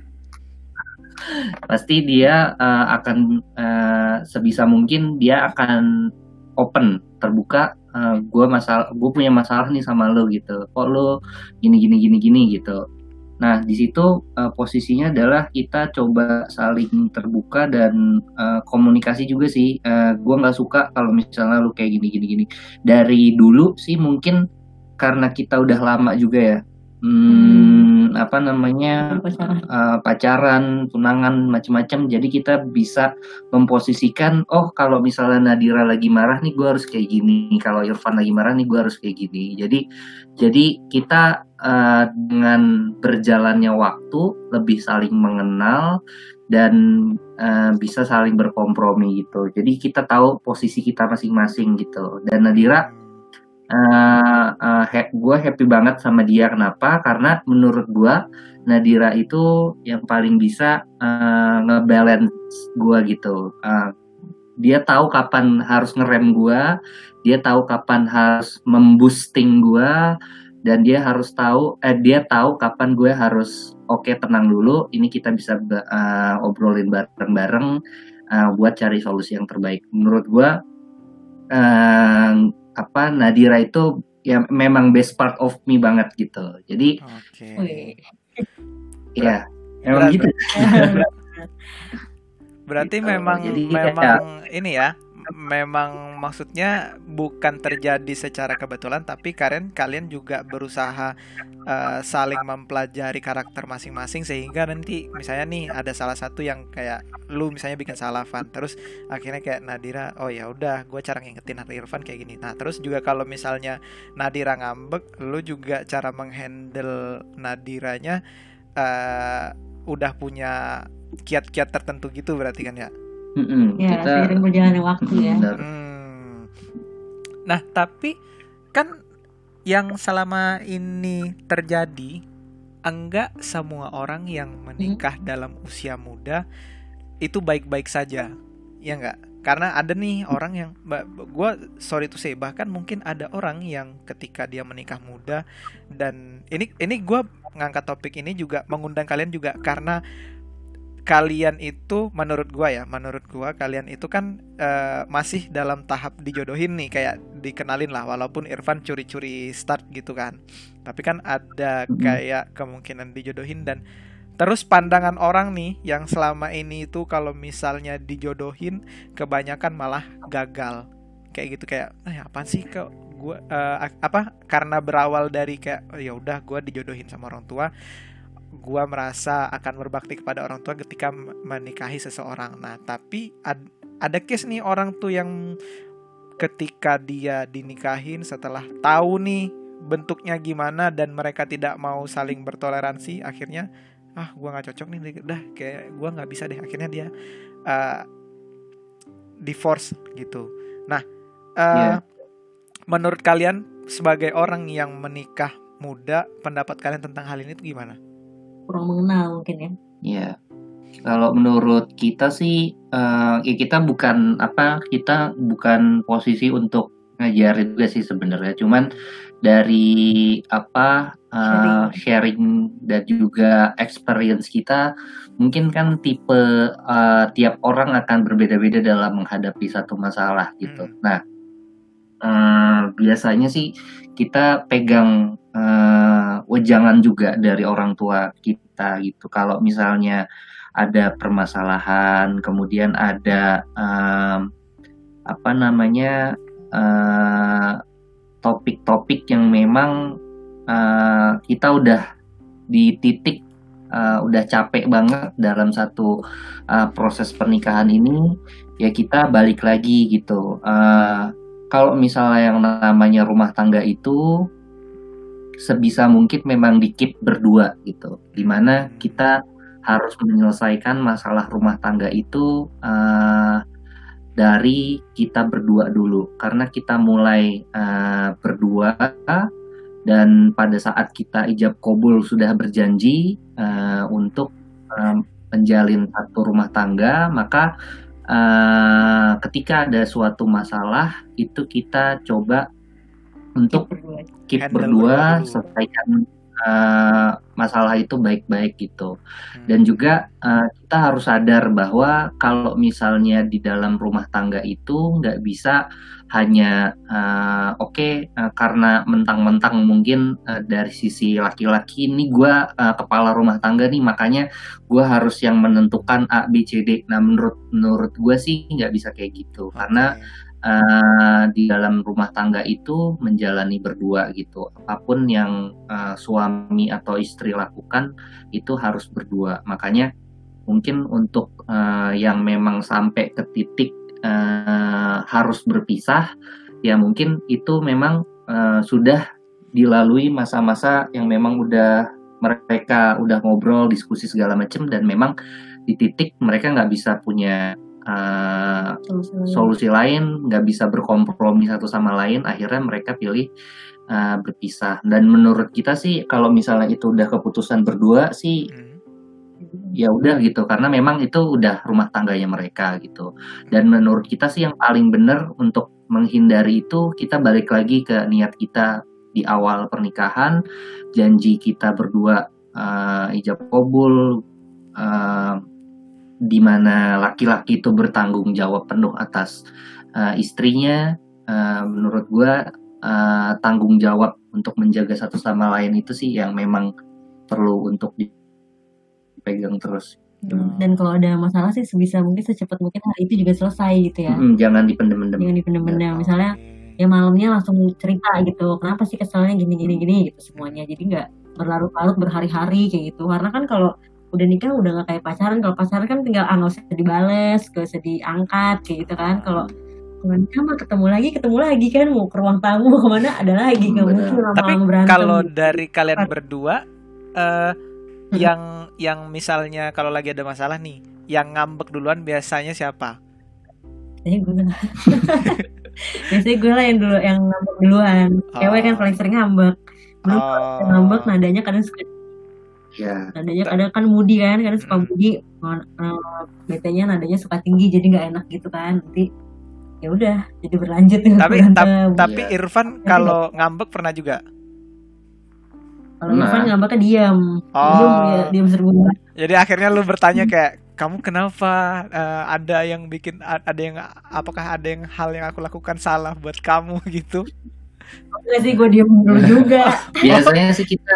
Pasti dia uh, akan uh, sebisa mungkin dia akan open, terbuka. Uh, gue masalah, gue punya masalah nih sama lo gitu. Kok lo gini gini gini gini gitu. Nah, di situ uh, posisinya adalah kita coba saling terbuka dan uh, komunikasi juga sih. Uh, gue nggak suka kalau misalnya lu kayak gini-gini-gini. Dari dulu sih mungkin karena kita udah lama juga ya. Hmm, apa namanya Pacaran. uh, pacaran, tunangan, macam-macam. Jadi kita bisa memposisikan, oh kalau misalnya Nadira lagi marah nih, gue harus kayak gini. Kalau Irfan lagi marah nih, gue harus kayak gini. Jadi, jadi kita uh, dengan berjalannya waktu lebih saling mengenal dan uh, bisa saling berkompromi gitu. Jadi kita tahu posisi kita masing-masing gitu. Dan Nadira Uh, uh, he- gue happy banget sama dia. Kenapa? Karena menurut gue Nadira itu yang paling bisa uh, ngebalance gue gitu. Uh, dia tahu kapan harus ngerem gue, dia tahu kapan harus memboosting gue, dan dia harus tahu, eh dia tahu kapan gue harus oke okay, tenang dulu. Ini kita bisa uh, obrolin bareng-bareng uh, buat cari solusi yang terbaik. Menurut gue. Uh, apa Nadira itu ya memang best part of me banget gitu. Jadi Oke. ya memang Berat, gitu. Berarti Gitu. memang Jadi memang ini ya, memang maksudnya bukan terjadi secara kebetulan, tapi kalian kalian juga berusaha uh, saling mempelajari karakter masing-masing sehingga nanti misalnya nih ada salah satu yang kayak lu misalnya bikin salah Van, terus akhirnya kayak Nadira, oh ya udah gue cara ngingetin Irfan kayak gini. Nah terus juga kalau misalnya Nadira ngambek, lu juga cara menghandle Nadiranya uh, udah punya kiat-kiat tertentu gitu berarti kan ya? Mm-mm, Ya, kita seiring berjalannya waktu ya. Hmm. Nah tapi kan yang selama ini terjadi, enggak semua orang yang menikah hmm. dalam usia muda itu baik-baik saja, ya enggak? Karena ada nih orang yang, gue sorry to say, bahkan mungkin ada orang yang ketika dia menikah muda, dan ini ini gue ngangkat topik ini juga mengundang kalian juga karena kalian itu menurut gua ya, menurut gua kalian itu kan uh, masih dalam tahap dijodohin nih, kayak dikenalin lah, walaupun Irfan curi-curi start gitu kan. Tapi kan ada kayak kemungkinan dijodohin, dan terus pandangan orang nih yang selama ini itu kalau misalnya dijodohin kebanyakan malah gagal. Kayak gitu, kayak eh apaan sih kok gua uh, apa karena berawal dari kayak oh, ya udah gua dijodohin sama orang tua, gue merasa akan berbakti kepada orang tua ketika menikahi seseorang. Nah tapi ad, ada case nih orang tuh yang ketika dia dinikahin setelah tahu nih bentuknya gimana dan mereka tidak mau saling bertoleransi, akhirnya ah gue nggak cocok nih, udah kayak gue nggak bisa deh, akhirnya dia uh, divorce gitu. Nah uh, yeah. menurut kalian sebagai orang yang menikah muda, pendapat kalian tentang hal ini tuh gimana? Kurang mengenal mungkin ya. Iya. Kalau menurut kita sih, uh, ya kita bukan apa, kita bukan posisi untuk ngajarin juga sih sebenarnya. Cuman dari apa uh, sharing. sharing dan juga experience kita, mungkin kan tipe uh, tiap orang akan berbeda-beda dalam menghadapi satu masalah gitu. Hmm. Nah, uh, biasanya sih kita pegang Uh, wejangan juga dari orang tua kita gitu. Kalau misalnya ada permasalahan, kemudian ada um, apa namanya uh, topik-topik yang memang uh, kita udah di titik uh, udah capek banget dalam satu uh, proses pernikahan ini, ya kita balik lagi gitu. Uh, kalau misalnya yang namanya rumah tangga itu sebisa mungkin memang di-keep berdua gitu, dimana kita harus menyelesaikan masalah rumah tangga itu uh, dari kita berdua dulu, karena kita mulai uh, berdua Dan pada saat kita ijab kabul sudah berjanji uh, untuk um, menjalin satu rumah tangga, maka uh, ketika ada suatu masalah itu kita coba untuk keep Handle berdua, berdua. selesaikan uh, masalah itu baik-baik gitu. Hmm. Dan juga uh, kita harus sadar bahwa kalau misalnya di dalam rumah tangga itu nggak bisa hanya uh, oke okay, uh, karena mentang-mentang mungkin uh, dari sisi laki-laki ini gue uh, kepala rumah tangga nih, makanya gue harus yang menentukan A B C D. Nah menurut menurut gue sih nggak bisa kayak gitu, Okay. karena uh, di dalam rumah tangga itu menjalani berdua gitu. Apapun yang uh, suami atau istri lakukan itu harus berdua. Makanya mungkin untuk uh, yang memang sampai ke titik Uh, harus berpisah, ya mungkin itu memang uh, sudah dilalui masa-masa yang memang udah mereka udah ngobrol, diskusi segala macam, dan memang di titik mereka nggak bisa punya uh, Solusi solusi lain, nggak bisa berkompromi satu sama lain, akhirnya mereka pilih uh, berpisah. Dan menurut kita sih kalau misalnya itu udah keputusan berdua sih, Hmm. ya udah gitu, karena memang itu udah rumah tangganya mereka gitu. Dan menurut kita sih yang paling benar untuk menghindari itu, kita balik lagi ke niat kita di awal pernikahan, janji kita berdua uh, ijab kabul, uh, di mana laki-laki itu bertanggung jawab penuh atas uh, istrinya. Uh, menurut gua uh, tanggung jawab untuk menjaga satu sama lain itu sih yang memang perlu untuk di pegang terus. Dan kalau ada masalah sih sebisa mungkin secepat mungkin hari itu juga selesai gitu ya. Mm-mm, jangan dipendem-pendem. Jangan dipendem-pendem. Okay. Misalnya ya malamnya langsung cerita gitu, kenapa sih kesalnya gini-gini gini gitu semuanya. Jadi nggak berlarut-larut berhari-hari kayak gitu. Karena kan kalau udah nikah udah nggak kayak pacaran. Kalau pacaran kan tinggal ah nggak usah dibales, nggak usah diangkat kayak gitu kan. Kalau kalau nikah mah ketemu lagi ketemu lagi kan, mau ke ruang tamu mau kemana ada lagi, nggak Benar. mungkin Tapi lama-lama berantem. kalau gitu. dari kalian berdua, uh, Hmm. yang yang misalnya kalau lagi ada masalah nih, yang ngambek duluan biasanya siapa? Biasanya gue lah. Biasanya gue lah yang dulu yang ngambek duluan. Cewek kan Oh. paling sering ngambek. Belum kalau Oh. yang ngambek nadanya kadang suka Ya. nadanya kadang kan moody kan, kadang suka Mm. moody. Uh, betanya nadanya suka tinggi jadi nggak enak gitu kan. Nanti ya udah jadi berlanjut dengan Tapi tap- berantem. tapi Iya. Irfan kalau ngambek pernah juga. Kalau Nah. Irfan ngambeknya diam, Oh. diam ya, diam serbulan. Jadi akhirnya lu bertanya kayak, kamu kenapa? Eh, ada yang bikin, a- ada yang, apakah ada yang hal yang aku lakukan salah buat kamu gitu? Enggak sih, gue diam dulu juga. Biasanya sih kita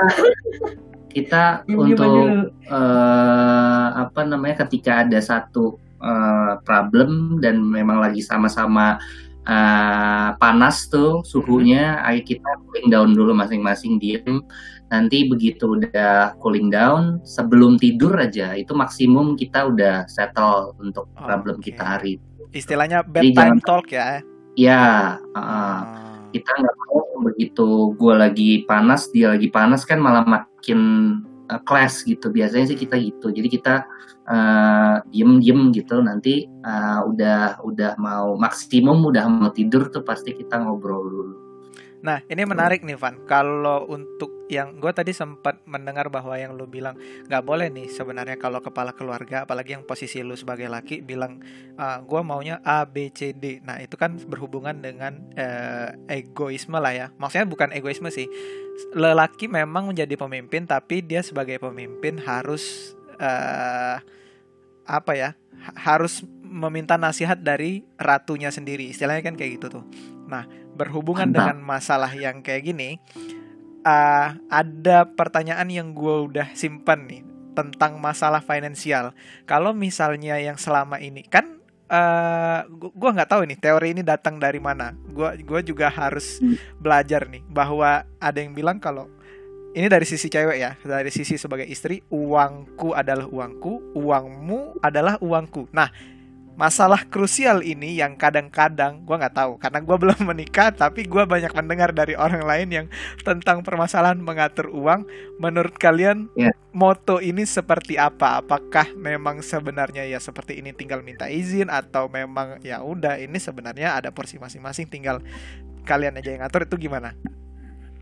kita Diam-diam aja untuk dulu. eh, apa namanya, ketika ada satu eh, problem dan memang lagi sama-sama eh, panas tuh suhunya, ayo kita cooling down dulu masing-masing, diem. Nanti begitu udah cooling down, sebelum tidur aja itu maksimum kita udah settle untuk problem Oke. kita hari. Istilahnya Jadi bedtime jangan- talk ya. Ya, uh, Oh. kita nggak mau begitu gue lagi panas, dia lagi panas kan malah makin uh, clash gitu. Biasanya sih kita gitu. Jadi kita uh, diem-diem gitu. Nanti uh, udah udah mau maksimum udah mau tidur tuh pasti kita ngobrol dulu. Nah, ini menarik nih, Van. Kalau untuk yang gue tadi sempat mendengar bahwa yang lu bilang nggak boleh nih sebenarnya kalau kepala keluarga, apalagi yang posisi lu sebagai laki bilang uh, gue maunya A B C D. Nah, itu kan berhubungan dengan uh, egoisme lah ya. Maksudnya bukan egoisme sih. Lelaki memang menjadi pemimpin, tapi dia sebagai pemimpin harus uh, apa ya? Ha- harus meminta nasihat dari ratunya sendiri. Istilahnya kan kayak gitu tuh. Nah, berhubungan Mantap. dengan masalah yang kayak gini, uh, ada pertanyaan yang gue udah simpan nih tentang masalah finansial. Kalau misalnya yang selama ini kan, uh, gue nggak tahu nih teori ini datang dari mana. Gue gue juga harus belajar nih bahwa ada yang bilang kalau ini dari sisi cewek ya, dari sisi sebagai istri, uangku adalah uangku, uangmu adalah uangku. Nah, masalah krusial ini yang kadang-kadang gue nggak tahu karena gue belum menikah, tapi gue banyak mendengar dari orang lain yang tentang permasalahan mengatur uang. Menurut kalian Ya. moto ini seperti apa? Apakah memang sebenarnya ya seperti ini tinggal minta izin, atau memang ya udah ini sebenarnya ada porsi masing-masing tinggal kalian aja yang ngatur? Itu gimana?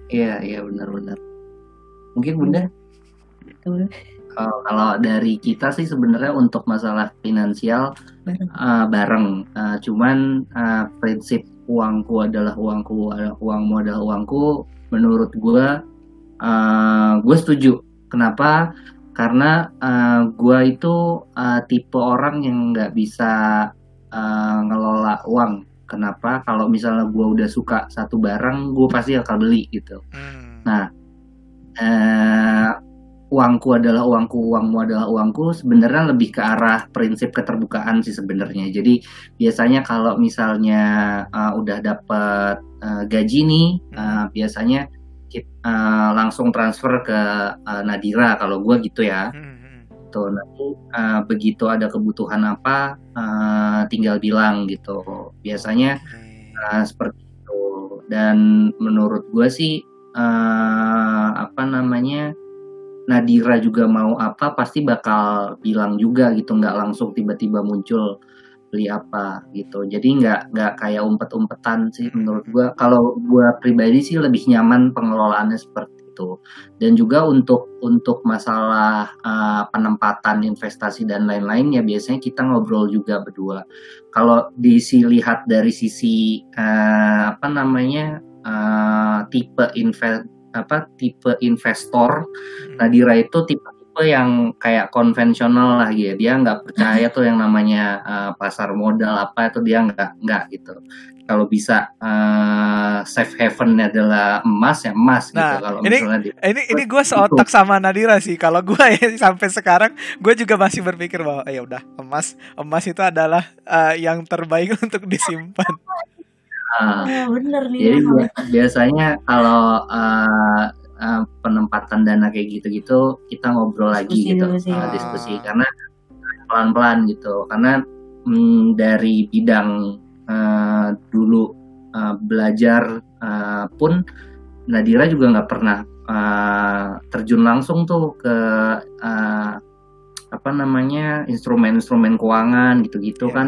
Iya, iya benar-benar. Mungkin Bunda Betul. kalau kalau dari kita sih sebenarnya untuk masalah finansial Bareng. uh, bareng, Uh, cuman uh, prinsip uangku adalah uangku, adalah uangmu adalah uangku. Menurut gue, uh, gue setuju. Kenapa? Karena uh, gue itu uh, tipe orang yang nggak bisa uh, ngelola uang. Kenapa? Kalau misalnya gue udah suka satu barang, gue pasti akan beli gitu. Hmm. Nah, uh, uangku adalah uangku, uangmu adalah uangku, sebenarnya lebih ke arah prinsip keterbukaan sih sebenarnya. Jadi biasanya kalau misalnya uh, udah dapat uh, gaji nih, uh, biasanya kita, uh, langsung transfer ke uh, Nadira kalau gue gitu ya. Hmm. Tuh nanti uh, begitu ada kebutuhan apa, uh, tinggal bilang gitu. Biasanya uh, seperti itu. Dan menurut gue sih uh, apa namanya? Nadira juga mau apa pasti bakal bilang juga gitu, nggak langsung tiba-tiba muncul beli apa gitu. Jadi nggak nggak kayak umpet-umpetan sih menurut gue. Kalau gue pribadi sih lebih nyaman pengelolaannya seperti itu. Dan juga untuk untuk masalah uh, penempatan investasi dan lain-lain ya biasanya kita ngobrol juga berdua. Kalau dilihat dari sisi uh, apa namanya uh, tipe invest apa tipe investor, Nadira itu tipe-tipe yang kayak konvensional lah gitu. Dia nggak percaya tuh yang namanya uh, pasar modal apa itu dia nggak nggak gitu. Kalau bisa uh, safe haven adalah emas ya emas nah, gitu. Kalau ini misalnya di, ini ini gue seotak sama Nadira sih. Kalau gue ya sampai sekarang gue juga masih berpikir bahwa ya udah emas emas itu adalah uh, yang terbaik untuk disimpan. Uh, oh, bener nih. Jadi biasanya kalau uh, uh, penempatan dana kayak gitu-gitu kita ngobrol diskusi lagi gitu, uh, Ah. diskusi karena pelan-pelan gitu. Karena mm, dari bidang uh, dulu uh, belajar uh, pun Nadira juga nggak pernah uh, terjun langsung tuh ke uh, apa namanya instrumen-instrumen keuangan gitu-gitu Yeah. kan.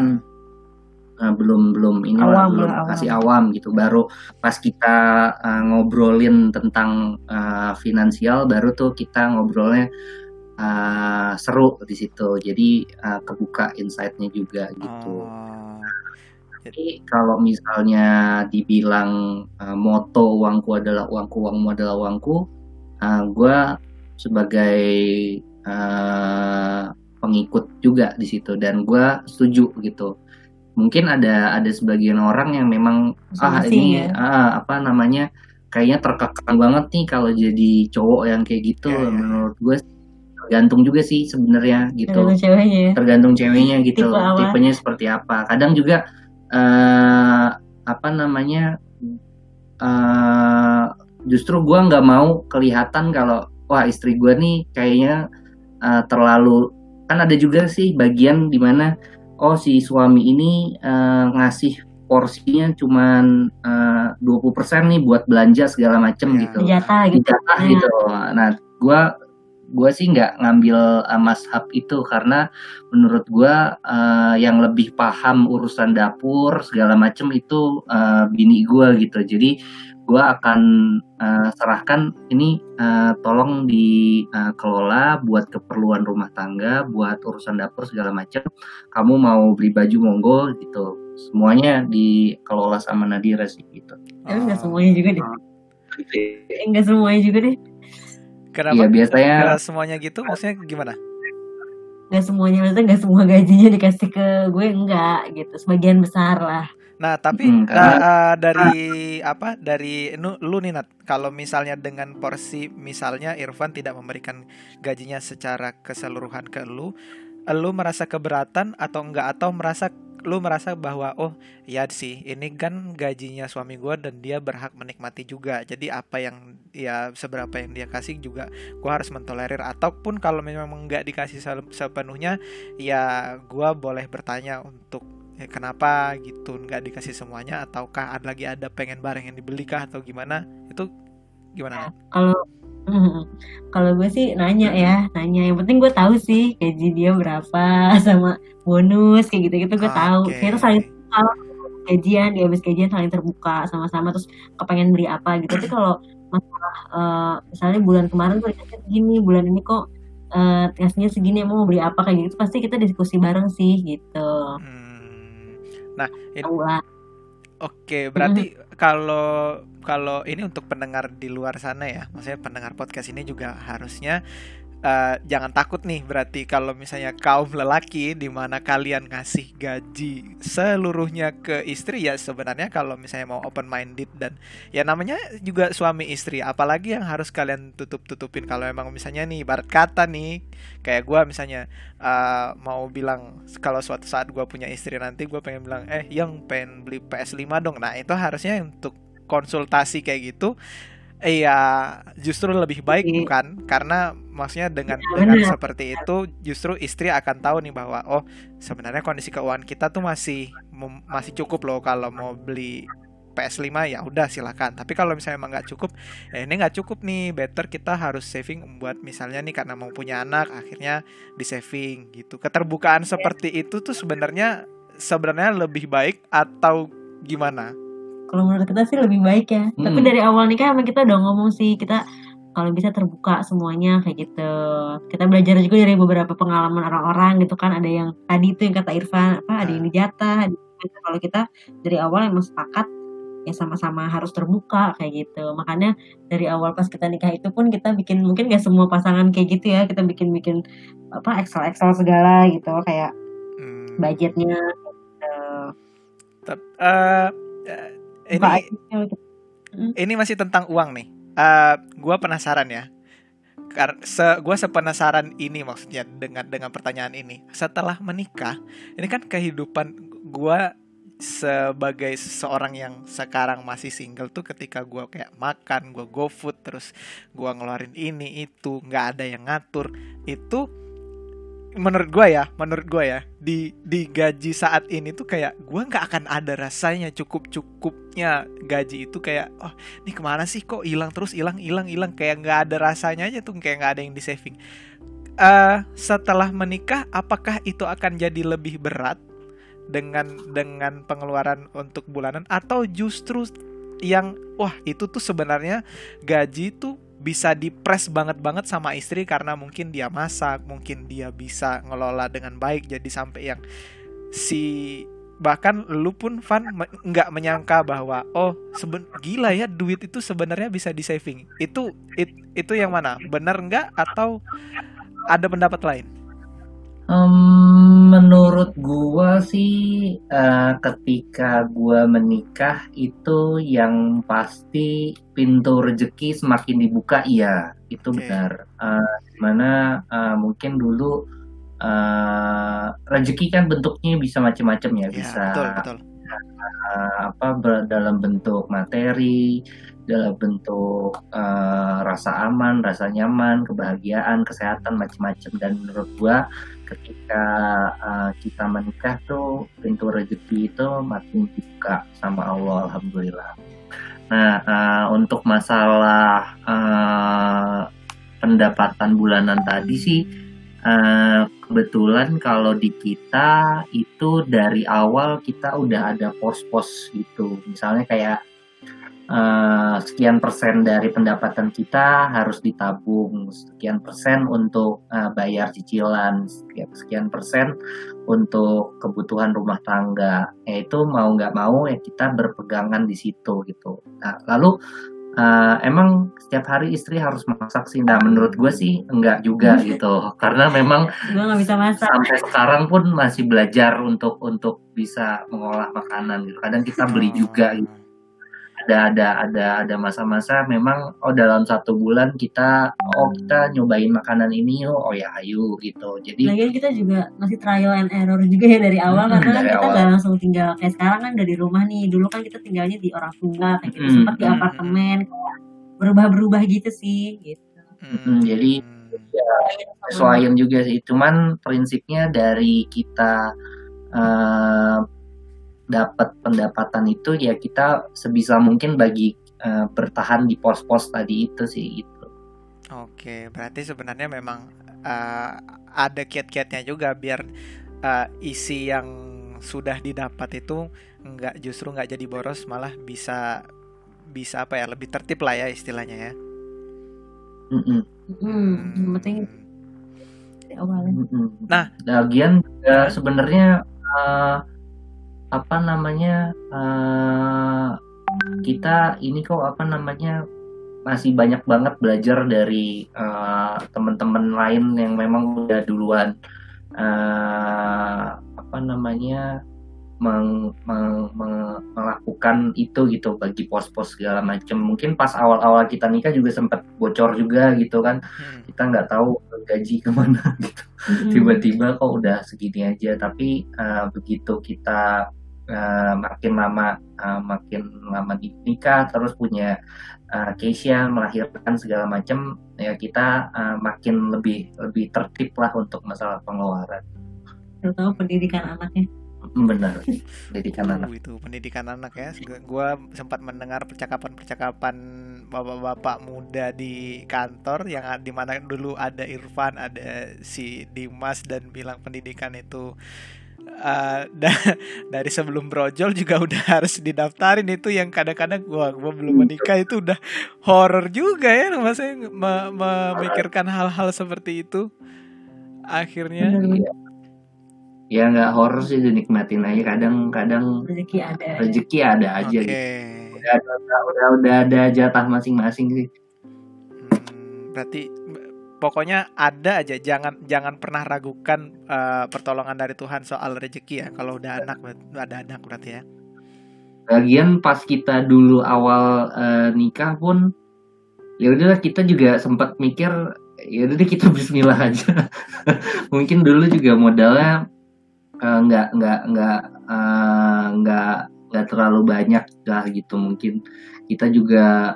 Uh, belum belum ini Awam lah, lah, belum awam. kasih awam gitu. Baru pas kita uh, ngobrolin tentang uh, finansial, baru tuh kita ngobrolnya uh, seru di situ. Jadi uh, kebuka insight-nya juga gitu. Oh. Jadi kalau misalnya dibilang uh, moto uangku adalah uangku, uangmu adalah uangku, uh, gue sebagai uh, pengikut juga di situ dan gue setuju gitu. Mungkin ada ada sebagian orang yang memang ah Masing-masing ini ya. ah, apa namanya kayaknya terkekang banget nih kalau jadi cowok yang kayak gitu. Ya, ya, ya. Menurut gue tergantung juga sih sebenarnya gitu. Tergantung ceweknya ya. Tergantung ceweknya gitu. Tipe apa? Tipenya seperti apa. Kadang juga uh, apa namanya uh, justru gue nggak mau kelihatan kalau wah istri gue nih kayaknya uh, terlalu, kan ada juga sih bagian dimana oh si suami ini uh, ngasih porsinya cuman uh, dua puluh persen nih buat belanja segala macem Ya. gitu. Dijatah gitu. Dijatah Ya. gitu. Nah, gue gue sih nggak ngambil uh, mazhab itu karena menurut gue uh, yang lebih paham urusan dapur segala macem itu uh, bini gue gitu. Jadi gue akan uh, serahkan ini uh, tolong dikelola uh, buat keperluan rumah tangga, buat urusan dapur segala macam. Kamu mau beli baju monggo gitu. Semuanya dikelola sama Nadira sih gitu. Tapi nggak semuanya juga deh. Nggak semuanya juga deh. Kenapa? Iya biasanya. Nggak semuanya gitu, maksudnya gimana? Nggak semuanya, maksudnya nggak semua gajinya dikasih ke gue, enggak gitu. Sebagian besar lah. Nah, tapi Hmm, uh, karena- uh, dari apa? Dari nu, lu nih Nat, kalau misalnya dengan porsi misalnya Irfan tidak memberikan gajinya secara keseluruhan ke lu, lu merasa keberatan atau enggak, atau merasa lu merasa bahwa oh ya sih ini kan gajinya suami gue dan dia berhak menikmati juga, jadi apa yang ya seberapa yang dia kasih juga gue harus mentolerir, ataupun kalau memang nggak dikasih sepenuhnya ya gue boleh bertanya untuk ya, kenapa gitu nggak dikasih semuanya, ataukah ada lagi ada pengen barang yang dibeli kah atau gimana, itu gimana? Kalau mm, kalau gue sih nanya ya, nanya. Yang penting gue tahu sih gaji dia berapa sama bonus kayak gitu-gitu gue tahu. Oke. Kita saling kalau gajian, di habis gajian saling terbuka sama-sama terus kepengen beli apa gitu. Tapi kalau masalah uh, misalnya bulan kemarin tuh dikasih segini, bulan ini kok uh, tesnya segini, emang mau beli apa kayak gitu, pasti kita diskusi bareng sih gitu. Hmm. Nah, ini, Wah. oke, berarti kalau kalau ini untuk pendengar di luar sana ya, maksudnya pendengar podcast ini juga harusnya Uh, jangan takut nih, berarti kalau misalnya kaum lelaki di mana kalian ngasih gaji seluruhnya ke istri, ya sebenarnya kalau misalnya mau open minded dan ya namanya juga suami istri, apalagi yang harus kalian tutup-tutupin. Kalau emang misalnya nih ibarat kata nih kayak gue misalnya uh, mau bilang kalau suatu saat gue punya istri nanti, gue pengen bilang eh yang pengen beli P S lima dong, nah itu harusnya untuk konsultasi kayak gitu. Iya, justru lebih baik bukan? Karena maksudnya dengan Ya, dengan bener. seperti itu justru istri akan tahu nih bahwa oh sebenarnya kondisi keuangan kita tuh masih mem- masih cukup loh kalau mau beli P S lima, ya udah silakan. Tapi kalau misalnya emang nggak cukup, ya ini nggak cukup nih, better kita harus saving buat misalnya nih karena mau punya anak, akhirnya di saving gitu. Keterbukaan seperti itu tuh sebenarnya sebenarnya lebih baik atau gimana? Kalau menurut kita sih lebih baik ya. Hmm. Tapi dari awal nikah emang kita udah ngomong sih, kita kalau bisa terbuka semuanya kayak gitu. Kita belajar juga dari beberapa pengalaman orang-orang gitu kan. Ada yang tadi itu yang kata Irfan, apa ada yang dijatah. ada yang- Kalau kita dari awal emang sepakat ya sama-sama harus terbuka kayak gitu. Makanya dari awal pas kita nikah itu pun kita bikin, mungkin gak semua pasangan kayak gitu ya, kita bikin-bikin apa Excel-Excel segala gitu, kayak Hmm. budgetnya gitu. Tep- eh, eh, ini Buka aja gitu. Mm. ini masih tentang uang nih. Uh, gue penasaran ya. Kar- se gue sepenasaran ini maksudnya dengan dengan pertanyaan ini. Setelah menikah, ini kan kehidupan gue sebagai seseorang yang sekarang masih single tuh, ketika gue kayak makan, gue go food, terus gue ngeluarin ini itu, nggak ada yang ngatur. Itu menurut gue ya, menurut gue ya, di di gaji saat ini tuh kayak gue nggak akan ada rasanya cukup cukupnya gaji itu, kayak oh ini kemana sih kok hilang terus, hilang hilang hilang, kayak nggak ada rasanya aja tuh, kayak nggak ada yang di saving. Uh, setelah menikah, apakah itu akan jadi lebih berat dengan dengan pengeluaran untuk bulanan, atau justru yang wah itu tuh sebenarnya gaji tuh bisa dipres banget-banget sama istri karena mungkin dia masak, mungkin dia bisa ngelola dengan baik, jadi sampai yang si bahkan lu pun Van nggak menyangka bahwa oh seben gila ya duit itu sebenarnya bisa di saving. Itu it, itu yang mana? Benar nggak atau ada pendapat lain? Um, menurut gua sih uh, ketika gua menikah itu yang pasti pintu rezeki semakin dibuka, iya itu okay. benar. Uh, dimana uh, mungkin dulu uh, rezeki kan bentuknya bisa macam-macam ya, ya bisa betul, betul. Uh, apa ber- dalam bentuk materi, dalam bentuk uh, rasa aman, rasa nyaman, kebahagiaan, kesehatan, macam-macam. Dan menurut gua ketika uh, kita menikah tuh pintu rezeki itu makin dibuka sama Allah, alhamdulillah. Nah uh, untuk masalah uh, pendapatan bulanan tadi sih, uh, kebetulan kalau di kita itu dari awal kita udah ada pos-pos gitu, misalnya kayak Uh, sekian persen dari pendapatan kita harus ditabung, sekian persen untuk uh, bayar cicilan, sekian, sekian persen untuk kebutuhan rumah tangga. Ya itu mau nggak mau ya kita berpegangan di situ gitu. Nah, lalu uh, emang setiap hari istri harus masak sih? Nah menurut gue sih enggak juga gitu, karena memang gue nggak bisa masak. Sampai sekarang pun masih belajar untuk untuk bisa mengolah makanan gitu. Kadang kita beli juga gitu. Ada ada ada ada masa-masa memang oh dalam satu bulan kita oh kita nyobain makanan ini oh, oh ya ayo gitu. Jadi lagian kita juga masih trial and error juga ya dari awal, hmm, karena kan kita nggak langsung tinggal kayak sekarang kan dari rumah nih. Dulu kan kita tinggalnya di orang tua kayak gitu, hmm, sempat di apartemen, kayak berubah-berubah gitu sih gitu. Hmm, jadi ya sesuaiin juga sih. Cuman prinsipnya dari kita uh, dapat pendapatan itu ya kita sebisa mungkin bagi uh, bertahan di pos-pos tadi itu sih itu. Oke, berarti sebenarnya memang uh, ada kiat-kiatnya juga biar uh, isi yang sudah didapat itu nggak justru nggak jadi boros, malah bisa bisa apa ya, lebih tertib lah ya istilahnya ya. Mm-mm. Hmm, yang penting awalnya. Mm-mm. Nah. Lagian juga sebenarnya uh, apa namanya uh, kita ini kok apa namanya masih banyak banget belajar dari uh, teman-teman lain yang memang udah duluan uh, apa namanya meng, meng, meng, melakukan itu gitu bagi pos-pos segala macam. Mungkin pas awal-awal kita nikah juga sempat bocor juga gitu kan, hmm. kita nggak tahu gaji kemana gitu. Hmm. Tiba-tiba kok udah segini aja. Tapi uh, begitu kita uh, makin lama uh, makin lama nikah terus punya Uh, Keisha melahirkan segala macam ya kita uh, makin lebih lebih tertib lah untuk masalah pengeluaran. Terutama pendidikan anaknya. Benar, pendidikan uh, anak. Itu pendidikan anak ya. Gua sempat mendengar percakapan-percakapan bapak-bapak muda di kantor yang di mana dulu ada Irfan, ada si Dimas dan bilang pendidikan itu Uh, da- dari sebelum brojol juga udah harus didaftarin. Itu yang kadang-kadang gua gua belum menikah itu udah horor juga ya, maksudnya me- memikirkan hal-hal seperti itu. Akhirnya ya nggak horor sih, dinikmatin aja. Kadang-kadang rezeki ada rezeki ada aja. Okay. Gitu. Udah, udah udah udah ada jatah masing-masing sih. Hmm, berarti pokoknya ada aja, jangan jangan pernah ragukan uh, pertolongan dari Tuhan soal rezeki ya. Kalau udah anak, ada anak berarti ya. Lagian pas kita dulu awal uh, nikah pun, ya udahlah kita juga sempat mikir, ya udah kita Bismillah aja. Mungkin dulu juga modalnya uh, nggak nggak nggak uh, nggak nggak terlalu banyak lah gitu. Mungkin kita juga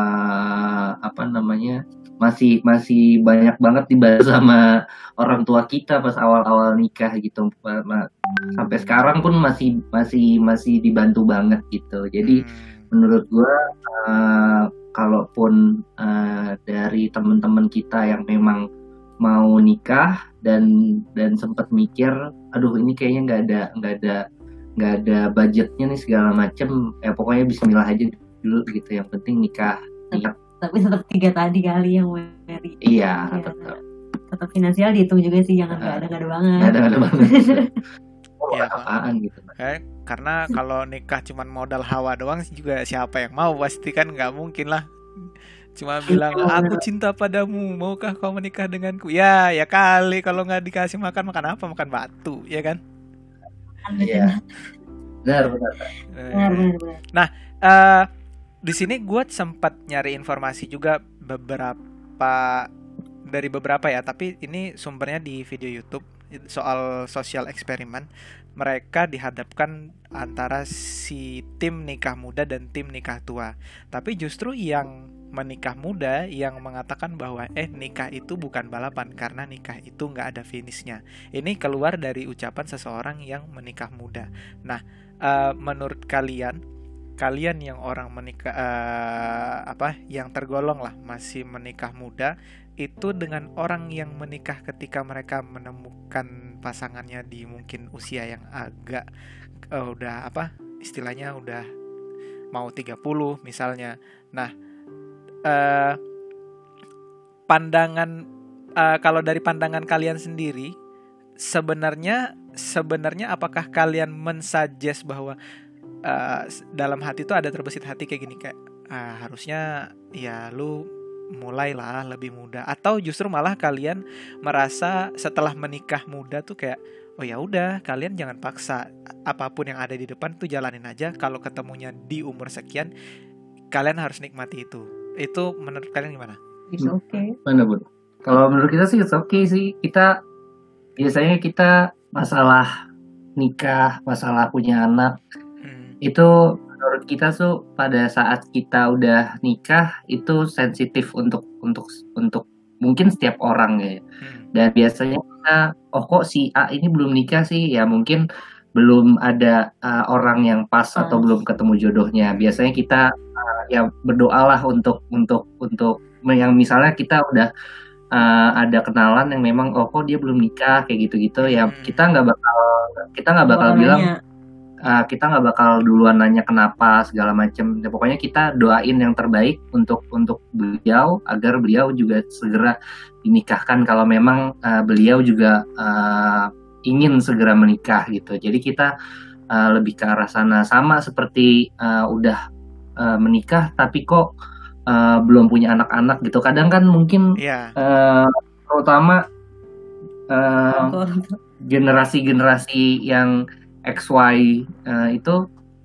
uh, apa namanya masih masih banyak banget dibantu sama orang tua kita pas awal-awal nikah gitu. Sampai sekarang pun masih masih masih dibantu banget gitu. Jadi hmm. menurut gua uh, kalaupun uh, dari teman-teman kita yang memang mau nikah dan dan sempat mikir, aduh ini kayaknya nggak ada nggak ada nggak ada budgetnya nih segala macem, ya pokoknya Bismillah aja dulu gitu. Yang penting nikah. nikah. Tapi tetap tiga tadi kali yang Mary. Iya, ya, tetap. Tetap finansial dihitung juga sih, jangan nggak uh, ada nggak ada banget. Nggak ada nggak ada banget. Oh, ya, apaan gitu. Kayak, karena kalau nikah cuman modal hawa doang juga siapa yang mau, pasti kan nggak mungkin lah. Cuma bilang aku cinta padamu, maukah kau menikah denganku? Ya, ya kali kalau nggak dikasih makan makan apa? Makan batu, ya kan? Iya. Benar benar. Nah. Uh, Di sini gue sempat nyari informasi juga beberapa dari beberapa ya, tapi ini sumbernya di video YouTube soal social eksperimen. Mereka dihadapkan antara si tim nikah muda dan tim nikah tua. Tapi justru yang menikah muda yang mengatakan bahwa eh nikah itu bukan balapan karena nikah itu nggak ada finishnya. Ini keluar dari ucapan seseorang yang menikah muda. Nah, uh, menurut kalian kalian yang orang menikah uh, apa yang tergolong lah masih menikah muda itu dengan orang yang menikah ketika mereka menemukan pasangannya di mungkin usia yang agak uh, udah apa istilahnya udah mau tiga puluh misalnya. Nah, uh, pandangan uh, kalau dari pandangan kalian sendiri sebenarnya sebenarnya apakah kalian mensuggest bahwa Uh, dalam hati tuh ada terbesit hati kayak gini kayak uh, harusnya ya lu mulailah lebih muda, atau justru malah kalian merasa setelah menikah muda tuh kayak oh ya udah kalian jangan paksa, apapun yang ada di depan tuh jalanin aja, kalau ketemunya di umur sekian kalian harus nikmati itu. Itu menurut kalian gimana? It's okay. Mana Bud? Kalau menurut kita sih it's okay sih. Kita biasanya kita masalah nikah, masalah punya anak itu menurut kita tuh pada saat kita udah nikah itu sensitif untuk untuk untuk mungkin setiap orang ya. Hmm. Dan biasanya kita oh kok si A ini belum nikah sih, ya mungkin belum ada uh, orang yang pas hmm. atau belum ketemu jodohnya. Biasanya kita uh, ya berdoalah untuk untuk untuk yang misalnya kita udah uh, ada kenalan yang memang oh kok dia belum nikah kayak gitu-gitu, ya kita nggak bakal kita nggak bakal bilang uh, kita nggak bakal duluan nanya kenapa segala macam. Ya, pokoknya kita doain yang terbaik untuk untuk beliau agar beliau juga segera dinikahkan kalau memang uh, beliau juga uh, ingin segera menikah gitu. Jadi kita uh, lebih ke arah sana, sama seperti uh, udah uh, menikah tapi kok uh, belum punya anak-anak gitu. Kadang kan mungkin Iya. uh, terutama uh, generasi-generasi yang X Y uh, itu,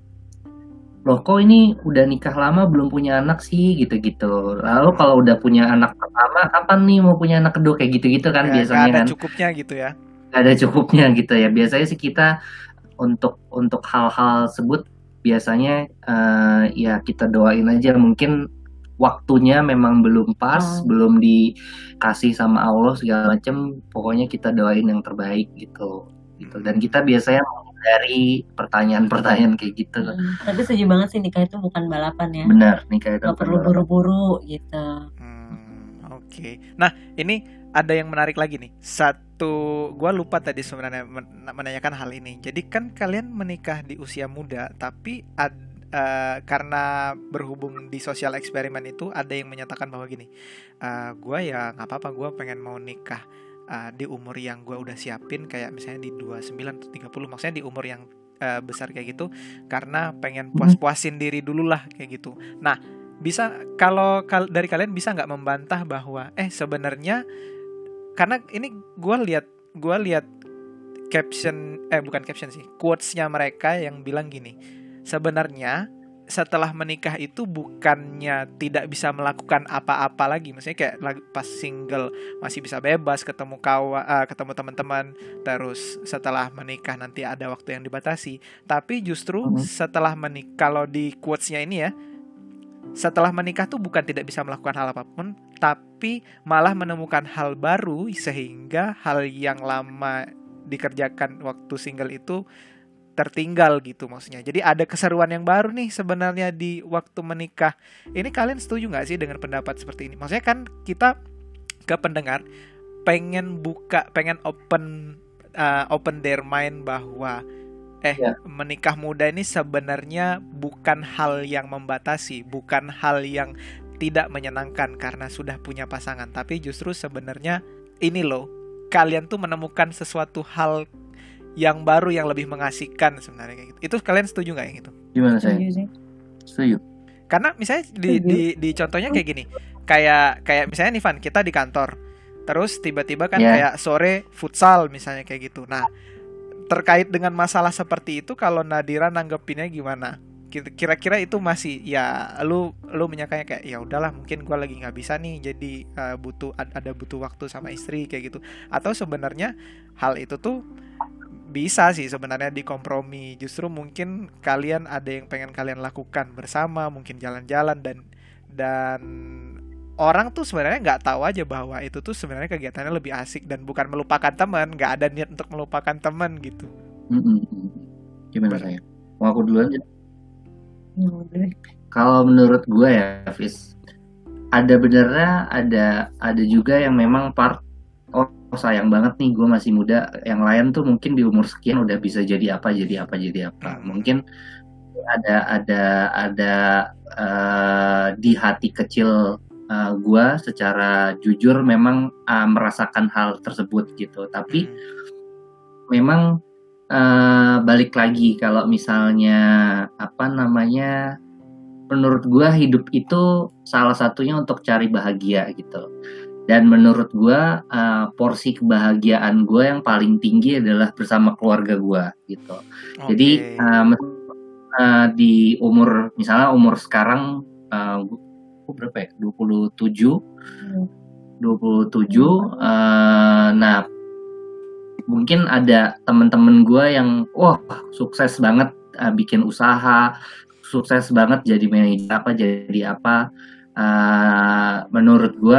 loh kok ini udah nikah lama belum punya anak sih gitu-gitu. Lalu kalau udah punya anak pertama kapan nih mau punya anak kedua, kayak gitu-gitu kan Ya, biasanya nggak ada kan. cukupnya gitu ya. Nggak ada cukupnya gitu ya. Biasanya sih kita untuk untuk hal-hal tersebut biasanya uh, ya kita doain aja, mungkin waktunya memang belum pas, Oh. belum dikasih sama Allah segala macam. Pokoknya kita doain yang terbaik gitu. Gitu. Dan kita biasanya menghindari pertanyaan-pertanyaan kayak gitu. Hmm, tapi setuju banget sih, nikah itu bukan balapan ya. Benar, nikah itu Nggak bukan perlu balapan. buru-buru gitu. Hmm, oke. Nah, ini ada yang menarik lagi nih. Satu, gue lupa tadi sebenarnya men- menanyakan hal ini. Jadi kan kalian menikah di usia muda, tapi ad, eh, karena berhubung di sosial eksperimen itu ada yang menyatakan bahwa gini, eh, gue ya nggak apa-apa, gue pengen mau nikah eh, di umur yang gue udah siapin, kayak misalnya di dua puluh sembilan atau tiga puluh, maksudnya di umur yang eh, besar kayak gitu, karena pengen puas-puasin diri dulu lah kayak gitu. Nah, bisa kalau kal- dari kalian bisa nggak membantah bahwa eh sebenarnya, karena ini gue lihat gue lihat caption eh bukan caption sih, quotes-nya mereka yang bilang gini, sebenarnya setelah menikah itu bukannya tidak bisa melakukan apa-apa lagi, maksudnya kayak lag- pas single masih bisa bebas ketemu kawan, uh, ketemu teman-teman, terus setelah menikah nanti ada waktu yang dibatasi, tapi justru Mhm. setelah menikah, kalau di quotes-nya ini ya, setelah menikah tuh bukan tidak bisa melakukan hal apapun, tapi malah menemukan hal baru, sehingga hal yang lama dikerjakan waktu single itu tertinggal gitu maksudnya. Jadi ada keseruan yang baru nih sebenarnya di waktu menikah. Ini kalian setuju nggak sih dengan pendapat seperti ini? Maksudnya kan kita ke pendengar pengen buka, pengen open uh, open their mind bahwa eh Ya. menikah muda ini sebenarnya bukan hal yang membatasi, bukan hal yang tidak menyenangkan karena sudah punya pasangan, tapi justru sebenarnya ini loh, kalian tuh menemukan sesuatu hal yang baru yang lebih mengasihkan sebenarnya kayak gitu. Itu kalian setuju nggak yang itu? Gimana saya? Setuju sih. Setuju. Karena misalnya di, Setuju. di, di contohnya kayak gini, kayak kayak misalnya nih Van, kita di kantor, terus tiba-tiba kan Ya. kayak sore futsal misalnya kayak gitu. Nah, terkait dengan masalah seperti itu, kalau Nadira nanggepinnya gimana? Kira-kira itu masih ya lu lu menyangkanya kayak ya udahlah, mungkin gue lagi nggak bisa nih, jadi uh, butuh ada butuh waktu sama istri kayak gitu, atau sebenarnya hal itu tuh bisa sih sebenarnya dikompromi, justru mungkin kalian ada yang pengen kalian lakukan bersama, mungkin jalan-jalan, dan dan orang tuh sebenarnya nggak tahu aja bahwa itu tuh sebenarnya kegiatannya lebih asik dan bukan melupakan teman, nggak ada niat untuk melupakan teman gitu. Mm-mm. Gimana Ber- saya? Mau aku duluan aja. Ya, udah. Kalau menurut gue ya, Fis, ada benernya, ada ada juga yang memang part, oh sayang banget nih gue masih muda, yang lain tuh mungkin di umur sekian udah bisa jadi apa jadi apa jadi apa. Hmm. Mungkin ada ada ada uh, di hati kecil uh, gue secara jujur memang uh, merasakan hal tersebut gitu. Tapi Hmm. memang uh, balik lagi, kalau misalnya apa namanya, menurut gue hidup itu salah satunya untuk cari bahagia gitu. Dan menurut gue uh, porsi kebahagiaan gue yang paling tinggi adalah bersama keluarga gue gitu. Oke. Jadi um, uh, di umur, misalnya umur sekarang uh, gue berapa ya? dua puluh tujuh dua puluh tujuh. Uh, nah, mungkin ada teman-teman gue yang wah sukses banget uh, bikin usaha, sukses banget jadi manajer apa jadi apa. Uh, menurut gue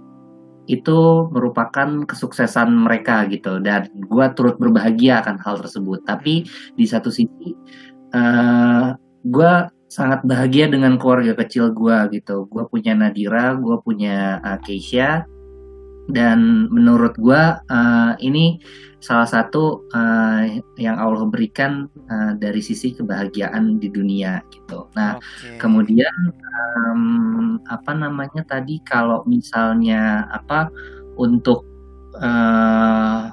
itu merupakan kesuksesan mereka gitu, dan gue turut berbahagia akan hal tersebut. Tapi di satu sisi uh, gue sangat bahagia dengan keluarga kecil gue gitu. Gue punya Nadira, gue punya uh, Keisha, Dan menurut gua uh, ini salah satu uh, yang Allah berikan uh, dari sisi kebahagiaan di dunia gitu. Nah, Oke. kemudian um, apa namanya tadi kalau misalnya apa untuk uh,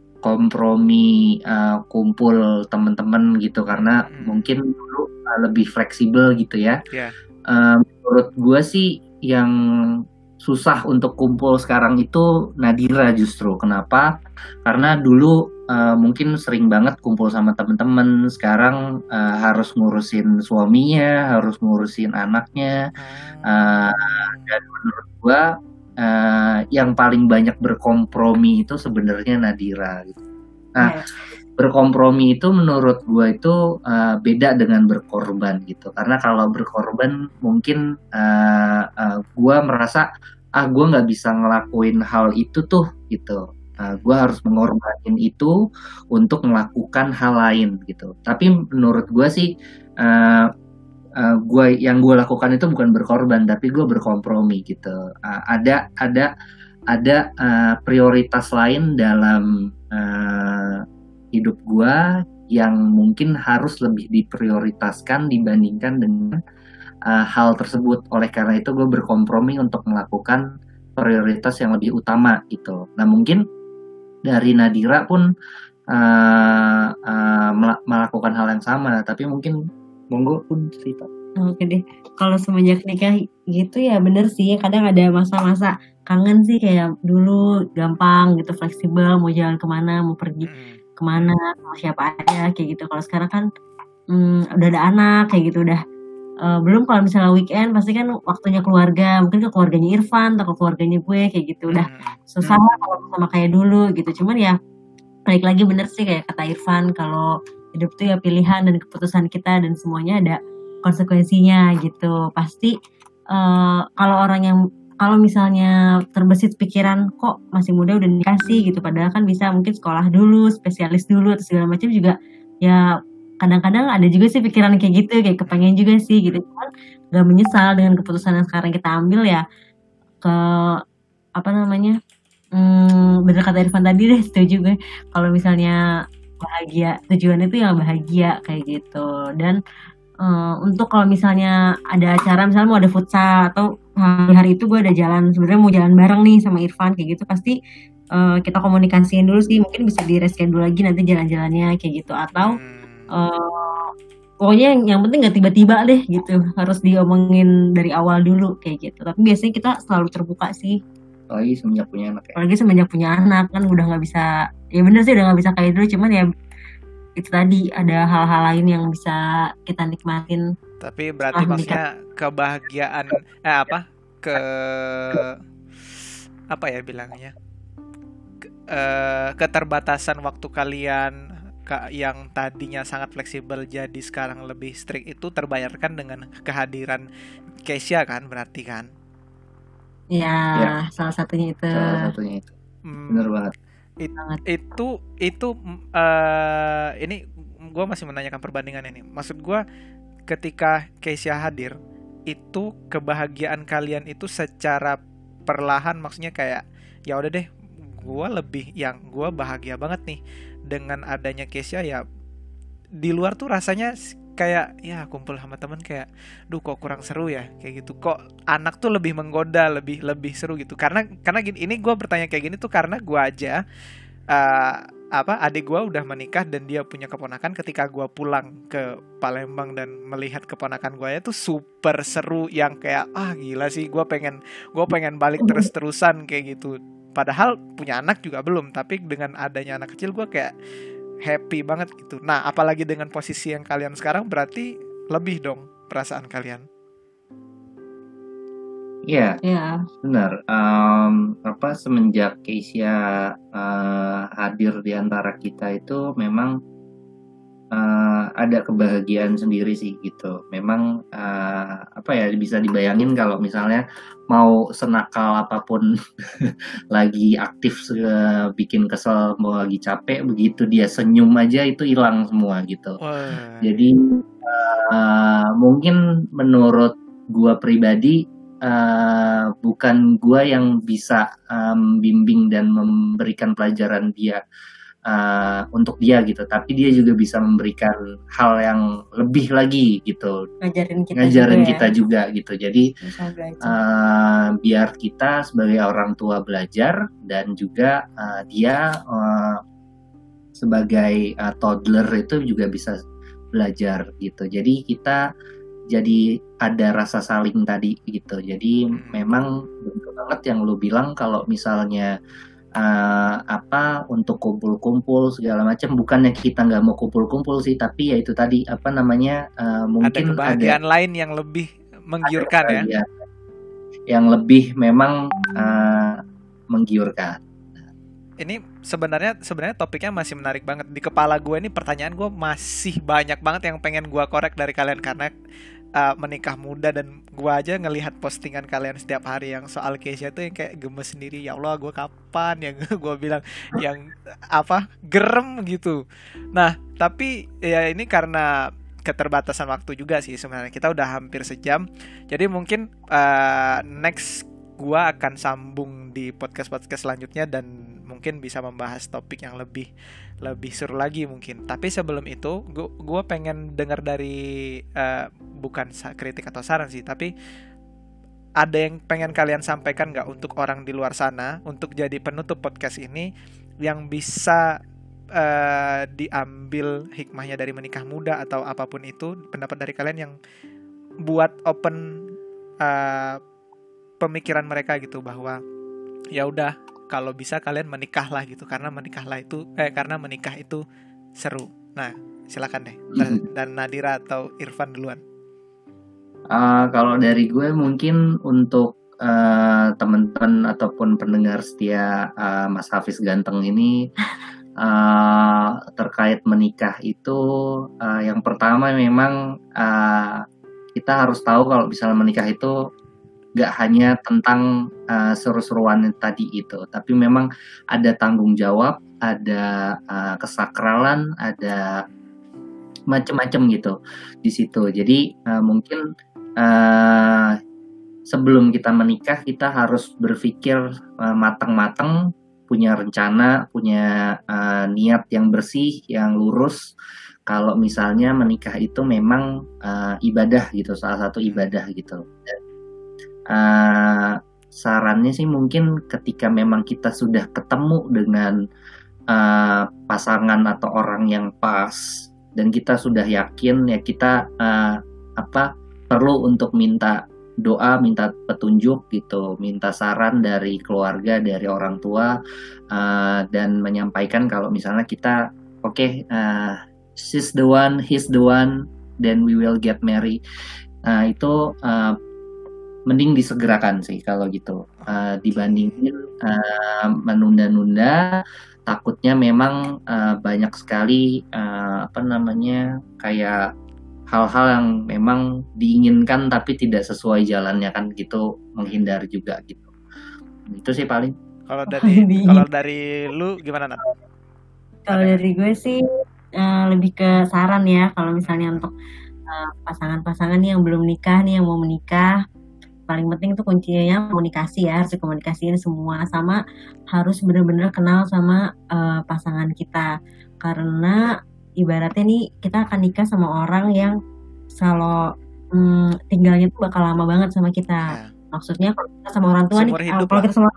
kompromi uh, kumpul teman-teman gitu karena Hmm. mungkin dulu uh, lebih fleksibel gitu ya. Ya. Uh, menurut gua sih yang susah untuk kumpul sekarang itu Nadira justru. Kenapa? Karena dulu uh, mungkin sering banget kumpul sama temen-temen. Sekarang uh, harus ngurusin suaminya, harus ngurusin anaknya. Uh, dan menurut gua uh, yang paling banyak berkompromi itu sebenarnya Nadira. Gitu. Nah, yeah. Berkompromi itu menurut gua itu uh, beda dengan berkorban gitu. Karena kalau berkorban mungkin uh, uh, gua merasa ah gue nggak bisa ngelakuin hal itu tuh gitu. Uh, gue harus mengorbanin itu untuk melakukan hal lain gitu. Tapi menurut gue sih uh, uh, gue yang gue lakukan itu bukan berkorban, tapi gue berkompromi gitu. Uh, ada ada ada uh, prioritas lain dalam uh, hidup gue yang mungkin harus lebih diprioritaskan dibandingkan dengan Uh, hal tersebut. Oleh karena itu gue berkompromi untuk melakukan prioritas yang lebih utama gitu. Nah mungkin dari Nadira pun uh, uh, melakukan hal yang sama, tapi mungkin monggo pun cerita. Oke deh, kalau semenjak nikah gitu ya bener sih, kadang ada masa-masa kangen sih kayak dulu gampang gitu, fleksibel, mau jalan kemana, mau pergi kemana, sama siapa aja kayak gitu. Kalau sekarang kan hmm, udah ada anak kayak gitu, udah Uh, belum kalau misalnya weekend pasti kan waktunya keluarga, mungkin ke keluarganya Irfan atau ke keluarganya gue kayak gitu, udah susah lah kalau sama kayak dulu gitu. Cuman ya balik lagi bener sih kayak kata Irfan, kalau hidup tuh ya pilihan dan keputusan kita dan semuanya ada konsekuensinya gitu. Pasti uh, kalau orang yang kalau misalnya terbesit pikiran kok masih muda udah dikasih gitu, padahal kan bisa mungkin sekolah dulu, spesialis dulu atau segala macam juga ya. Kadang-kadang ada juga sih pikiran kayak gitu, kayak kepengen juga sih gitu, cuman gak menyesal dengan keputusan yang sekarang kita ambil ya. Ke apa namanya hmm, bener kata Irfan tadi deh, setuju gue kalau misalnya bahagia, tujuannya itu yang bahagia kayak gitu. Dan uh, untuk kalau misalnya ada acara, misalnya mau ada futsal atau hari itu gue ada jalan, sebenarnya mau jalan bareng nih sama Irfan kayak gitu, pasti uh, kita komunikasiin dulu sih, mungkin bisa di reschedule lagi nanti jalan-jalannya kayak gitu. Atau Uh, pokoknya yang, yang penting gak tiba-tiba deh gitu, harus diomongin dari awal dulu kayak gitu. Tapi biasanya kita selalu terbuka sih. Apalagi semenjak punya anak ya. Apalagi semenjak punya anak kan udah gak bisa, ya bener sih udah gak bisa kayak dulu, cuman ya itu tadi ada hal-hal lain yang bisa kita nikmatin. Tapi berarti maksudnya kebahagiaan eh apa ke apa ya bilangnya ke, uh, keterbatasan waktu kalian yang tadinya sangat fleksibel jadi sekarang lebih strict itu terbayarkan dengan kehadiran Keisha kan berarti kan? Ya, ya. salah satunya itu. Salah satunya itu. Hmm, bener banget. It, itu itu uh, ini gue masih menanyakan perbandingan ini. Maksud gue ketika Keisha hadir itu kebahagiaan kalian itu secara perlahan, maksudnya kayak ya udah deh gue lebih yang gue bahagia banget nih dengan adanya Keisha ya. Di luar tuh rasanya kayak ya kumpul sama temen kayak duh kok kurang seru ya kayak gitu, kok anak tuh lebih menggoda, lebih lebih seru gitu. Karena karena gini, ini gue bertanya kayak gini tuh karena gue aja uh, apa adik gue udah menikah dan dia punya keponakan. Ketika gue pulang ke Palembang dan melihat keponakan gue ya tuh super seru, yang kayak ah gila sih, gue pengen gue pengen balik terus-terusan kayak gitu. Padahal punya anak juga belum, tapi dengan adanya anak kecil gue kayak happy banget gitu. Nah, apalagi dengan posisi yang kalian sekarang, berarti lebih dong perasaan kalian. Iya, yeah, benar. Um, apa semenjak Keisha uh, hadir di antara kita itu memang uh, ada kebahagiaan sendiri sih gitu. Memang uh, apa ya bisa dibayangin kalau misalnya mau senakal apapun lagi aktif uh, bikin kesel, mau lagi capek, begitu dia senyum aja itu hilang semua gitu. Wah. Jadi uh, mungkin menurut gua pribadi uh, bukan gue yang bisa um, bimbing dan memberikan pelajaran dia uh, untuk dia gitu, tapi dia juga bisa memberikan hal yang lebih lagi gitu, ngajarin kita ngajarin juga, kita ya. juga gitu. Jadi Bisa belajar. uh, biar kita sebagai orang tua belajar, dan juga uh, dia uh, sebagai uh, toddler itu juga bisa belajar gitu. Jadi kita jadi ada rasa saling tadi gitu. Jadi memang betul banget yang lu bilang, kalau misalnya uh, apa untuk kumpul-kumpul segala macam, bukannya kita nggak mau kumpul-kumpul sih, tapi ya itu tadi apa namanya uh, mungkin ada kebahagiaan ada, lain yang lebih menggiurkan ya. Yang lebih memang uh, menggiurkan. Ini sebenarnya sebenarnya topiknya masih menarik banget di kepala gue. Ini pertanyaan gue masih banyak banget yang pengen gue korek dari kalian, karena uh, menikah muda, dan gue aja ngelihat postingan kalian setiap hari yang soal Keisha tuh yang kayak gemes sendiri. Ya Allah, gue kapan yang gue bilang yang apa gerem gitu. Nah tapi ya ini karena keterbatasan waktu juga sih sebenarnya. Kita udah hampir sejam, jadi mungkin uh, next gue akan sambung di podcast-podcast selanjutnya, dan mungkin bisa membahas topik yang lebih lebih seru lagi mungkin. Tapi sebelum itu gue pengen dengar dari uh, bukan kritik atau saran sih, tapi ada yang pengen kalian sampaikan nggak untuk orang di luar sana, untuk jadi penutup podcast ini, yang bisa uh, diambil hikmahnya dari menikah muda atau apapun itu, pendapat dari kalian yang buat open uh, pemikiran mereka gitu, bahwa ya udah kalau bisa kalian menikahlah gitu, karena menikahlah itu eh karena menikah itu seru. Nah silakan deh, dan Nadira atau Irfan duluan. Uh, kalau dari gue mungkin untuk uh, teman-teman ataupun pendengar setia uh, Mas Hafiz ganteng ini, uh, terkait menikah itu, uh, yang pertama memang uh, kita harus tahu kalau misalnya menikah itu gak hanya tentang uh, seru-seruan tadi itu, tapi memang ada tanggung jawab, ada uh, kesakralan, ada macam-macam gitu di situ. Jadi uh, mungkin uh, sebelum kita menikah kita harus berpikir uh, matang-matang, punya rencana, punya uh, niat yang bersih, yang lurus. Kalau misalnya menikah itu memang uh, ibadah gitu, salah satu ibadah gitu. Dan Uh, sarannya sih mungkin ketika memang kita sudah ketemu dengan uh, pasangan atau orang yang pas, dan kita sudah yakin, ya kita uh, apa perlu untuk minta doa, minta petunjuk gitu, minta saran dari keluarga, dari orang tua, uh, dan menyampaikan kalau misalnya kita oke, okay, uh, she's the one, he's the one, then we will get married. Nah itu uh, mending disegerakan sih kalau gitu, uh, dibandingin uh, menunda-nunda. Takutnya memang uh, banyak sekali uh, apa namanya kayak hal-hal yang memang diinginkan tapi tidak sesuai jalannya kan gitu, menghindar juga gitu. Itu sih paling. Kalau dari kalau dari lu gimana, Nat? Kalau dari gue sih uh, lebih ke saran ya, kalau misalnya untuk uh, pasangan-pasangan yang belum nikah nih, yang mau menikah, paling penting itu kuncinya komunikasi ya, harus dikomunikasiin semua, sama harus benar-benar kenal sama uh, pasangan kita, karena ibaratnya nih kita akan nikah sama orang yang kalau um, tinggalnya tuh bakal lama banget sama kita. Ya. Maksudnya kalau kita sama orang tua Seumur nih, hidup kalau lah. kita sama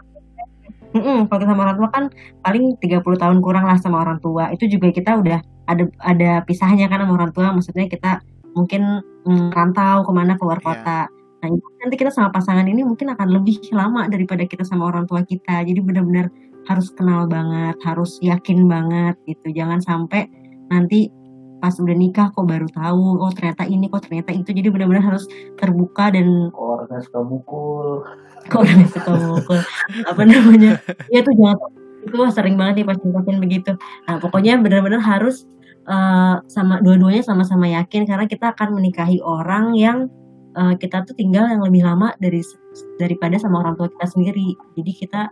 kalau kita sama orang tua kan paling tiga puluh tahun kurang lah sama orang tua. Itu juga kita udah ada ada pisahnya kan sama orang tua, maksudnya kita mungkin um, rantau kemana, keluar kota. Ya. Nah, nanti kita sama pasangan ini mungkin akan lebih lama daripada kita sama orang tua kita. Jadi benar-benar harus kenal banget, harus yakin banget gitu. Jangan sampai nanti pas udah nikah kok baru tahu, oh ternyata ini, kok ternyata itu. Jadi benar-benar harus terbuka dan kok orangnya suka mukul. Kok orangnya suka mukul. Apa namanya? Ya tuh jangan, itu sering banget nih pasien-pasien begitu. Nah, pokoknya benar-benar harus uh, sama dua-duanya sama-sama yakin, karena kita akan menikahi orang yang Uh, kita tuh tinggal yang lebih lama dari daripada sama orang tua kita sendiri. Jadi kita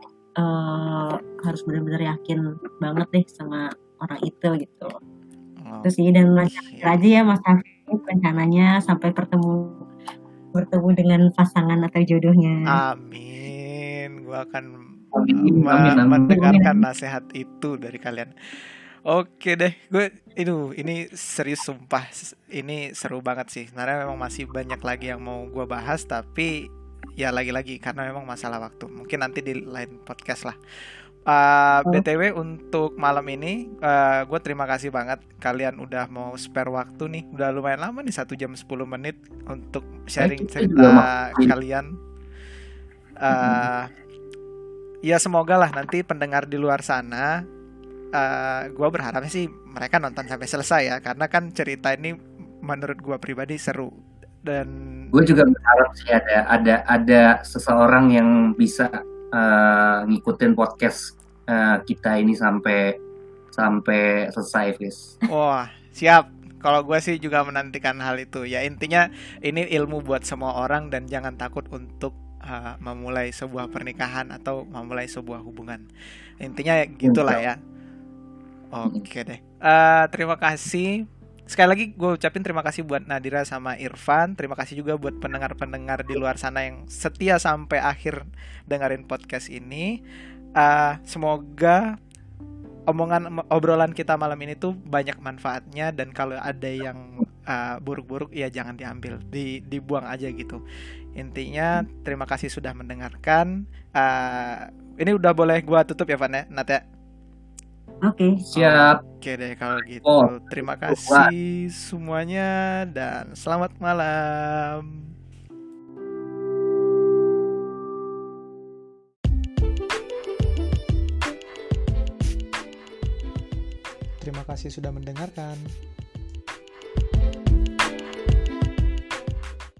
uh, harus benar-benar yakin banget deh sama orang itu gitu. Oh, terus sih, dan lancar aja ya Mas Hafiz rencananya sampai bertemu bertemu dengan pasangan atau jodohnya. Amin. Gue akan Amin, me- amin, amin. mendengarkan nasihat itu dari kalian. Oke deh, gue itu ini serius sumpah, ini seru banget sih. Sebenarnya memang masih banyak lagi yang mau gue bahas, tapi ya lagi-lagi karena memang masalah waktu. Mungkin nanti di lain podcast lah. Uh, B T W untuk malam ini, uh, gue terima kasih banget kalian udah mau spare waktu nih. Udah lumayan lama nih, satu jam sepuluh menit untuk sharing kita juga cerita makasih. kalian. Uh, ya semoga lah nanti pendengar di luar sana, uh, gue berharapnya sih mereka nonton sampai selesai ya, karena kan cerita ini menurut gue pribadi seru. Dan Gue juga berharap sih ada ada ada seseorang yang bisa uh, ngikutin podcast uh, kita ini sampai sampai selesai, Fis. wah siap. Kalau gue sih juga menantikan hal itu. Ya intinya ini ilmu buat semua orang dan jangan takut untuk uh, memulai sebuah pernikahan atau memulai sebuah hubungan. Intinya gitulah ya. Oke deh. Uh, terima kasih. Sekali lagi gue ucapin terima kasih buat Nadira sama Irfan. Terima kasih juga buat pendengar-pendengar di luar sana yang setia sampai akhir dengerin podcast ini. Uh, semoga omongan obrolan kita malam ini tuh banyak manfaatnya, dan kalau ada yang uh, buruk-buruk ya jangan diambil, di, dibuang aja gitu. Intinya terima kasih sudah mendengarkan. Uh, ini udah boleh gue tutup ya Van ya, Nat ya? Oke. Siap. Oke deh kalau gitu. Oh, Terima kasih semuanya dan selamat malam. Terima kasih sudah mendengarkan.